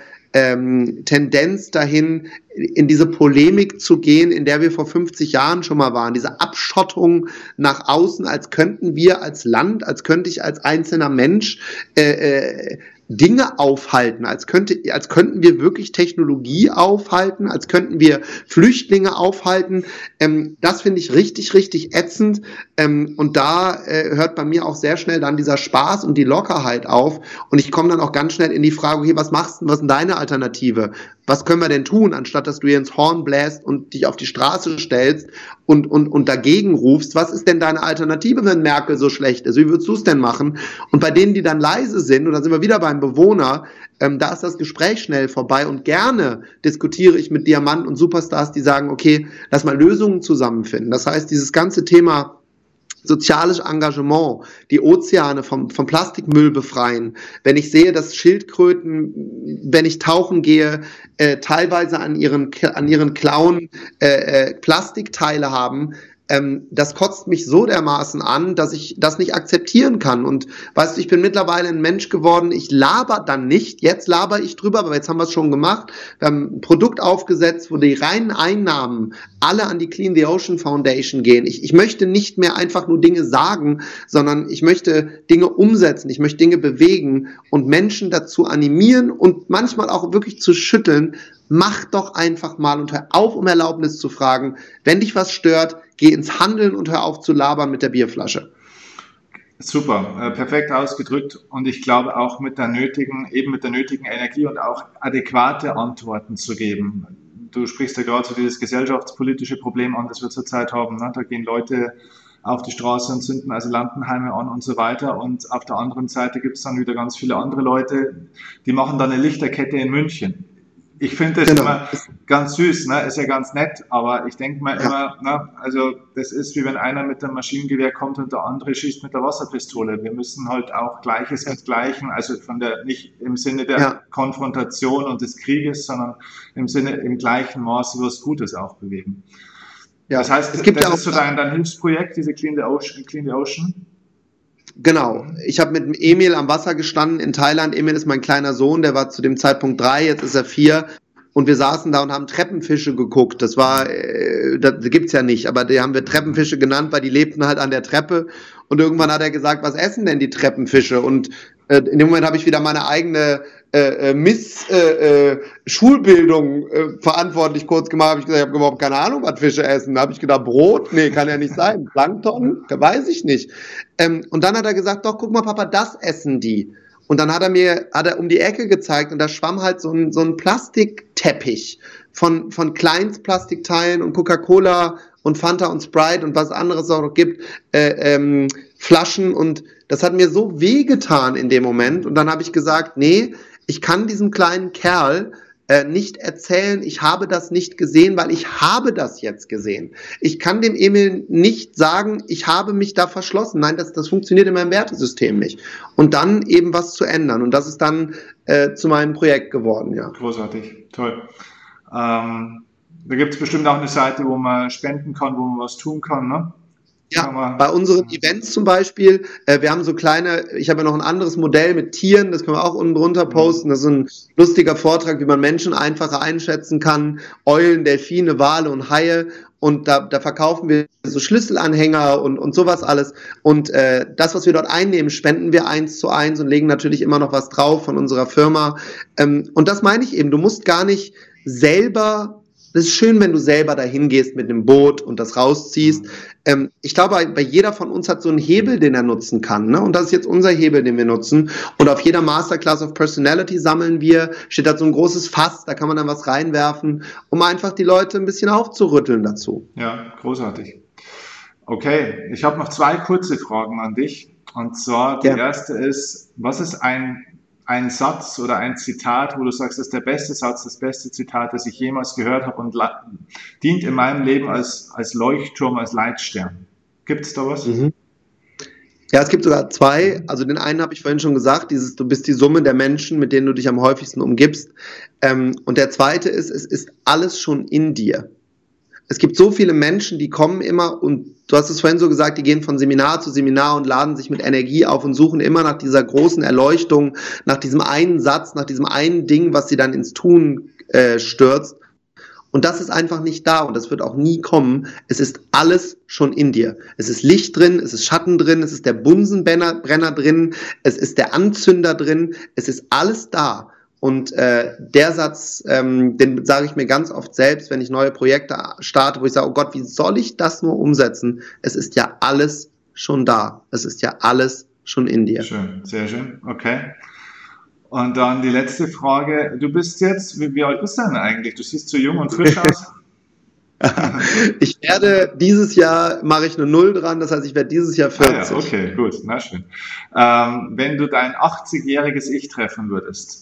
Tendenz dahin, in diese Polemik zu gehen, in der wir vor 50 Jahren schon mal waren. Diese Abschottung nach außen, als könnten wir als Land, als könnte ich als einzelner Mensch Dinge aufhalten, als könnten wir wirklich Technologie aufhalten, als könnten wir Flüchtlinge aufhalten. Das finde ich richtig, richtig ätzend. Und da hört bei mir auch sehr schnell dann dieser Spaß und die Lockerheit auf. Und ich komme dann auch ganz schnell in die Frage, okay, was machst du, was ist denn deine Alternative? Was können wir denn tun, anstatt dass du hier ins Horn bläst und dich auf die Straße stellst und dagegen rufst? Was ist denn deine Alternative, wenn Merkel so schlecht ist? Wie würdest du es denn machen? Und bei denen, die dann leise sind, und da sind wir wieder beim Bewohner, da ist das Gespräch schnell vorbei, und gerne diskutiere ich mit Diamanten und Superstars, die sagen, okay, lass mal Lösungen zusammenfinden. Das heißt, dieses ganze Thema soziales Engagement, die Ozeane vom Plastikmüll befreien, wenn ich sehe, dass Schildkröten, wenn ich tauchen gehe, teilweise an ihren Klauen Plastikteile haben, das kotzt mich so dermaßen an, dass ich das nicht akzeptieren kann. Und weißt du, ich bin mittlerweile ein Mensch geworden, ich laber dann nicht, jetzt laber ich drüber, aber jetzt haben wir es schon gemacht. Wir haben ein Produkt aufgesetzt, wo die reinen Einnahmen alle an die Clean the Ocean Foundation gehen. Ich möchte nicht mehr einfach nur Dinge sagen, sondern ich möchte Dinge umsetzen, ich möchte Dinge bewegen und Menschen dazu animieren und manchmal auch wirklich zu schütteln. Mach doch einfach mal und hör auf, um Erlaubnis zu fragen. Wenn dich was stört, geh ins Handeln und hör auf zu labern mit der Bierflasche. Super, perfekt ausgedrückt und ich glaube auch mit der nötigen Energie und auch adäquate Antworten zu geben. Du sprichst ja gerade so dieses gesellschaftspolitische Problem an, das wir zurzeit haben. Ne? Da gehen Leute auf die Straße und zünden Asylantenheime an und so weiter. Und auf der anderen Seite gibt es dann wieder ganz viele andere Leute, die machen dann eine Lichterkette in München. Ich finde das immer ganz süß, ne? Ist ja ganz nett, aber ich denke mir immer, ne? Also das ist wie wenn einer mit dem Maschinengewehr kommt und der andere schießt mit der Wasserpistole. Wir müssen halt auch Gleiches mit Gleichen, also nicht im Sinne der Konfrontation und des Krieges, sondern im gleichen Maße was Gutes auch bewegen. Ja. Das heißt, das ist so dein Hilfsprojekt, diese Clean the Ocean? Genau. Ich habe mit Emil am Wasser gestanden in Thailand. Emil ist mein kleiner Sohn, der war zu dem Zeitpunkt 3, jetzt ist er 4. Und wir saßen da und haben Treppenfische geguckt. Das gibt's ja nicht, aber die haben wir Treppenfische genannt, weil die lebten halt an der Treppe. Und irgendwann hat er gesagt, was essen denn die Treppenfische? Und in dem Moment habe ich wieder meine eigene Schulbildung verantwortlich kurz gemacht. Habe ich gesagt, ich habe überhaupt keine Ahnung, was Fische essen. Da habe ich gedacht, Brot? Nee, kann ja nicht sein. Plankton? Weiß ich nicht. Und dann hat er gesagt, doch, guck mal, Papa, das essen die. Und dann hat er um die Ecke gezeigt und da schwamm halt so ein Plastikteppich von Kleinstplastikteilen und Coca-Cola und Fanta und Sprite und was anderes auch noch gibt, Flaschen, und das hat mir so wehgetan in dem Moment. Und dann habe ich gesagt, nee, ich kann diesem kleinen Kerl nicht erzählen, ich habe das nicht gesehen, weil ich habe das jetzt gesehen. Ich kann dem Emil nicht sagen, ich habe mich da verschlossen. Nein, das funktioniert in meinem Wertesystem nicht. Und dann eben was zu ändern. Und das ist dann zu meinem Projekt geworden, ja. Großartig, toll. Da gibt es bestimmt auch eine Seite, wo man spenden kann, wo man was tun kann, ne? Ja, bei unseren Events zum Beispiel, wir haben so ich habe ja noch ein anderes Modell mit Tieren, das können wir auch unten drunter posten, das ist ein lustiger Vortrag, wie man Menschen einfacher einschätzen kann, Eulen, Delfine, Wale und Haie, und da verkaufen wir so Schlüsselanhänger und sowas alles, und das, was wir dort einnehmen, spenden wir 1:1 und legen natürlich immer noch was drauf von unserer Firma, und das meine ich eben, du musst gar nicht selber. Das ist schön, wenn du selber dahin gehst mit einem Boot und das rausziehst. Ich glaube, bei jeder von uns hat so einen Hebel, den er nutzen kann, ne? Und das ist jetzt unser Hebel, den wir nutzen. Und auf jeder Masterclass of Personality steht da so ein großes Fass, da kann man dann was reinwerfen, um einfach die Leute ein bisschen aufzurütteln dazu. Ja, großartig. Okay, ich habe noch 2 kurze Fragen an dich. Und zwar, die erste ist, was ist ein Satz oder ein Zitat, wo du sagst, das ist der beste Satz, das beste Zitat, das ich jemals gehört habe und dient in meinem Leben als Leuchtturm, als Leitstern. Gibt es da was? Mhm. Ja, es gibt sogar 2. Also den einen habe ich vorhin schon gesagt, du bist die Summe der Menschen, mit denen du dich am häufigsten umgibst. Und der zweite ist, es ist alles schon in dir. Es gibt so viele Menschen, die kommen immer, und du hast es vorhin so gesagt, die gehen von Seminar zu Seminar und laden sich mit Energie auf und suchen immer nach dieser großen Erleuchtung, nach diesem einen Satz, nach diesem einen Ding, was sie dann ins Tun stürzt. Und das ist einfach nicht da und das wird auch nie kommen. Es ist alles schon in dir. Es ist Licht drin, es ist Schatten drin, es ist der Bunsenbrenner drin, es ist der Anzünder drin, es ist alles da. Und der Satz, den sage ich mir ganz oft selbst, wenn ich neue Projekte starte, wo ich sage, oh Gott, wie soll ich das nur umsetzen? Es ist ja alles schon da. Es ist ja alles schon in dir. Schön, sehr schön. Okay. Und dann die letzte Frage. Du bist jetzt, wie alt bist du denn eigentlich? Du siehst so jung und frisch aus. Ich werde dieses Jahr, mache ich eine 0 dran, das heißt, ich werde dieses Jahr 40. Ah ja, okay, gut, na schön. Wenn du dein 80-jähriges Ich treffen würdest,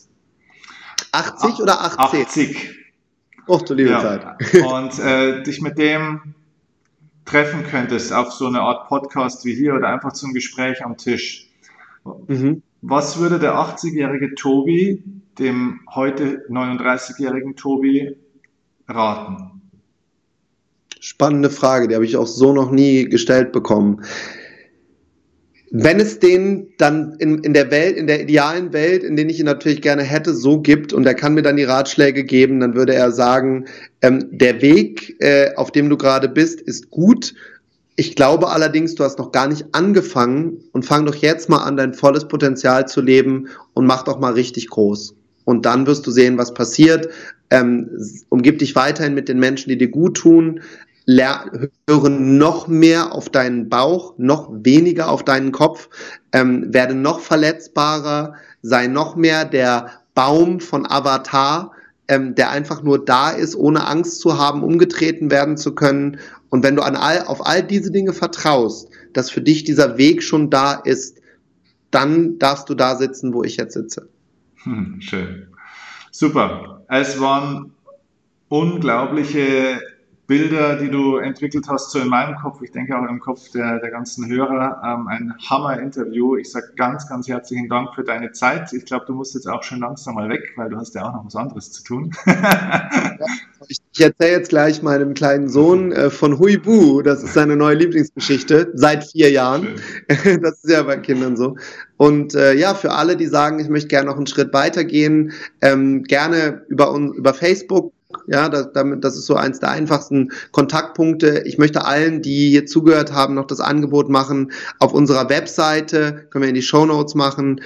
80 oder 80? 80. Och, du liebe Zeit. Und dich mit dem treffen könntest auf so eine Art Podcast wie hier oder einfach zum Gespräch am Tisch, was würde der 80-jährige Tobi dem heute 39-jährigen Tobi raten? Spannende Frage, die habe ich auch so noch nie gestellt bekommen. Wenn es den dann in der Welt, in der idealen Welt, in der ich ihn natürlich gerne hätte, so gibt und er kann mir dann die Ratschläge geben, dann würde er sagen, der Weg, auf dem du gerade bist, ist gut. Ich glaube allerdings, du hast noch gar nicht angefangen und fang doch jetzt mal an, dein volles Potenzial zu leben und mach doch mal richtig groß. Und dann wirst du sehen, was passiert. Umgib dich weiterhin mit den Menschen, die dir gut tun. Höre noch mehr auf deinen Bauch, noch weniger auf deinen Kopf, werde noch verletzbarer, sei noch mehr der Baum von Avatar, der einfach nur da ist, ohne Angst zu haben, umgetreten werden zu können. Und wenn du auf all diese Dinge vertraust, dass für dich dieser Weg schon da ist, dann darfst du da sitzen, wo ich jetzt sitze. Schön. Super. Es waren unglaubliche Bilder, die du entwickelt hast, so in meinem Kopf, ich denke auch im Kopf der ganzen Hörer, ein Hammer-Interview. Ich sage ganz, ganz herzlichen Dank für deine Zeit. Ich glaube, du musst jetzt auch schon langsam mal weg, weil du hast ja auch noch was anderes zu tun. Ich erzähle jetzt gleich meinem kleinen Sohn von Huibu, das ist seine neue Lieblingsgeschichte, seit 4 Jahren. Schön. Das ist ja bei Kindern so. Und für alle, die sagen, ich möchte gerne noch einen Schritt weitergehen, gerne über Facebook. Ja, das ist so eins der einfachsten Kontaktpunkte. Ich möchte allen, die hier zugehört haben, noch das Angebot machen, auf unserer Webseite, können wir in die Shownotes machen,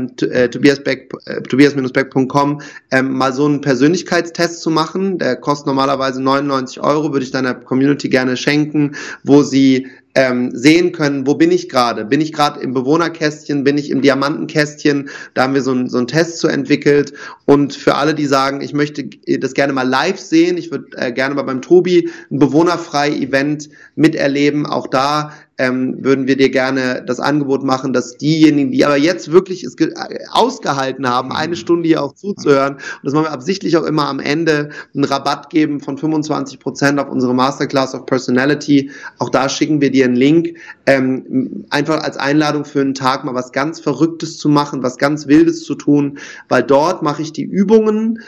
tobias-beck.com, mal so einen Persönlichkeitstest zu machen. Der kostet normalerweise 99 €, würde ich deiner Community gerne schenken, wo sie sehen können, wo bin ich gerade? Bin ich gerade im Bewohnerkästchen? Bin ich im Diamantenkästchen? Da haben wir so einen Test zu entwickelt. Und für alle, die sagen, ich möchte das gerne mal live sehen, ich würde gerne mal beim Tobi ein bewohnerfrei-Event miterleben, auch da würden wir dir gerne das Angebot machen, dass diejenigen, die aber jetzt wirklich es ausgehalten haben, 1 Stunde hier auch zuzuhören, und das wollen wir absichtlich auch immer am Ende einen Rabatt geben von 25% auf unsere Masterclass of Personality. Auch da schicken wir dir einen Link, einfach als Einladung für einen Tag mal was ganz Verrücktes zu machen, was ganz Wildes zu tun, weil dort mache ich die Übungen,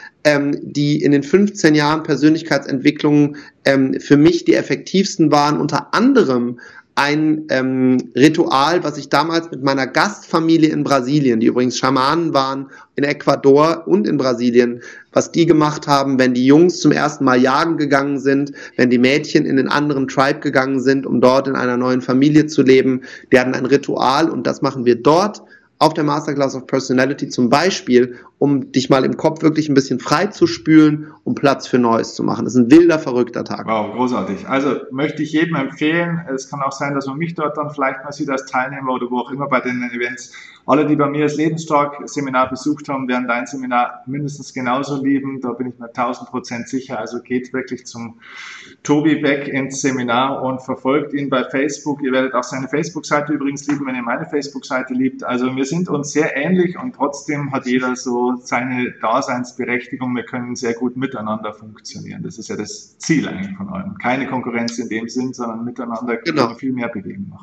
die in den 15 Jahren Persönlichkeitsentwicklung für mich die effektivsten waren, unter anderem ein Ritual, was ich damals mit meiner Gastfamilie in Brasilien, die übrigens Schamanen waren, in Ecuador und in Brasilien, was die gemacht haben, wenn die Jungs zum ersten Mal jagen gegangen sind, wenn die Mädchen in den anderen Tribe gegangen sind, um dort in einer neuen Familie zu leben. Die hatten ein Ritual und das machen wir dort auf der Masterclass of Personality zum Beispiel, um dich mal im Kopf wirklich ein bisschen frei zu spülen, um Platz für Neues zu machen. Das ist ein wilder, verrückter Tag. Wow, großartig. Also möchte ich jedem empfehlen. Es kann auch sein, dass man mich dort dann vielleicht mal sieht als Teilnehmer oder wo auch immer bei den Events. Alle, die bei mir das Lebensstark-Seminar besucht haben, werden dein Seminar mindestens genauso lieben. Da bin ich mir 1000% sicher. Also geht wirklich zum Tobi Beck ins Seminar und verfolgt ihn bei Facebook. Ihr werdet auch seine Facebook-Seite übrigens lieben, wenn ihr meine Facebook-Seite liebt. Also wir sind uns sehr ähnlich und trotzdem hat jeder so seine Daseinsberechtigung. Wir können sehr gut miteinander funktionieren. Das ist ja das Ziel eigentlich von allem. Keine Konkurrenz in dem Sinn, sondern miteinander können wir viel mehr bewegen noch.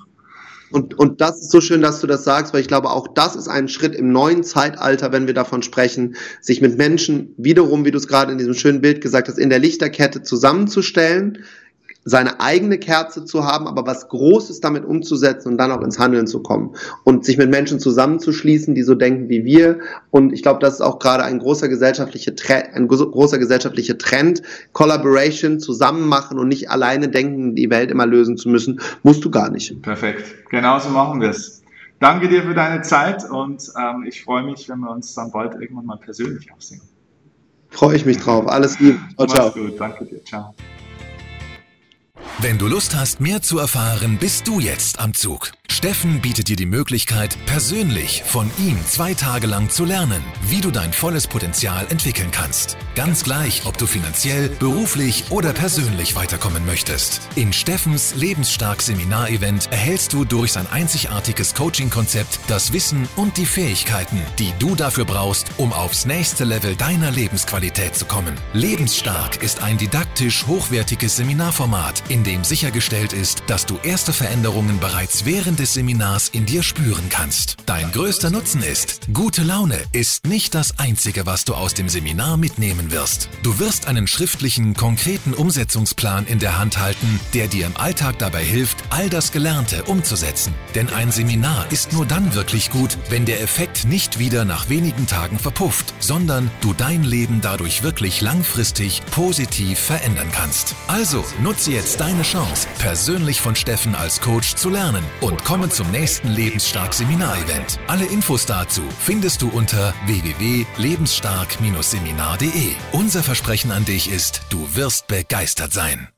Und das ist so schön, dass du das sagst, weil ich glaube, auch das ist ein Schritt im neuen Zeitalter, wenn wir davon sprechen, sich mit Menschen wiederum, wie du es gerade in diesem schönen Bild gesagt hast, in der Lichterkette zusammenzustellen, seine eigene Kerze zu haben, aber was Großes damit umzusetzen und dann auch ins Handeln zu kommen und sich mit Menschen zusammenzuschließen, die so denken wie wir. Und ich glaube, das ist auch gerade ein großer gesellschaftlicher Trend. Collaboration, zusammen machen und nicht alleine denken, die Welt immer lösen zu müssen, musst du gar nicht. Perfekt, genauso machen wir es. Danke dir für deine Zeit und ich freue mich, wenn wir uns dann bald irgendwann mal persönlich auch sehen. Freue ich mich drauf. Alles Liebe. Ciao. Mach's gut. Danke dir. Ciao. Wenn du Lust hast, mehr zu erfahren, bist du jetzt am Zug. Steffen bietet dir die Möglichkeit, persönlich von ihm 2 Tage lang zu lernen, wie du dein volles Potenzial entwickeln kannst. Ganz gleich, ob du finanziell, beruflich oder persönlich weiterkommen möchtest. In Steffens Lebensstark-Seminar-Event erhältst du durch sein einzigartiges Coaching-Konzept das Wissen und die Fähigkeiten, die du dafür brauchst, um aufs nächste Level deiner Lebensqualität zu kommen. Lebensstark ist ein didaktisch hochwertiges Seminarformat, in dem sichergestellt ist, dass du erste Veränderungen bereits während des Seminars in dir spüren kannst. Dein größter Nutzen ist, gute Laune ist nicht das Einzige, was du aus dem Seminar mitnehmen wirst. Du wirst einen schriftlichen, konkreten Umsetzungsplan in der Hand halten, der dir im Alltag dabei hilft, all das Gelernte umzusetzen. Denn ein Seminar ist nur dann wirklich gut, wenn der Effekt nicht wieder nach wenigen Tagen verpufft, sondern du dein Leben dadurch wirklich langfristig positiv verändern kannst. Also nutze jetzt deine Chance, persönlich von Steffen als Coach zu lernen und komme zum nächsten Lebensstark-Seminar-Event. Alle Infos dazu findest du unter www.lebensstark-seminar.de. Unser Versprechen an dich ist, du wirst begeistert sein.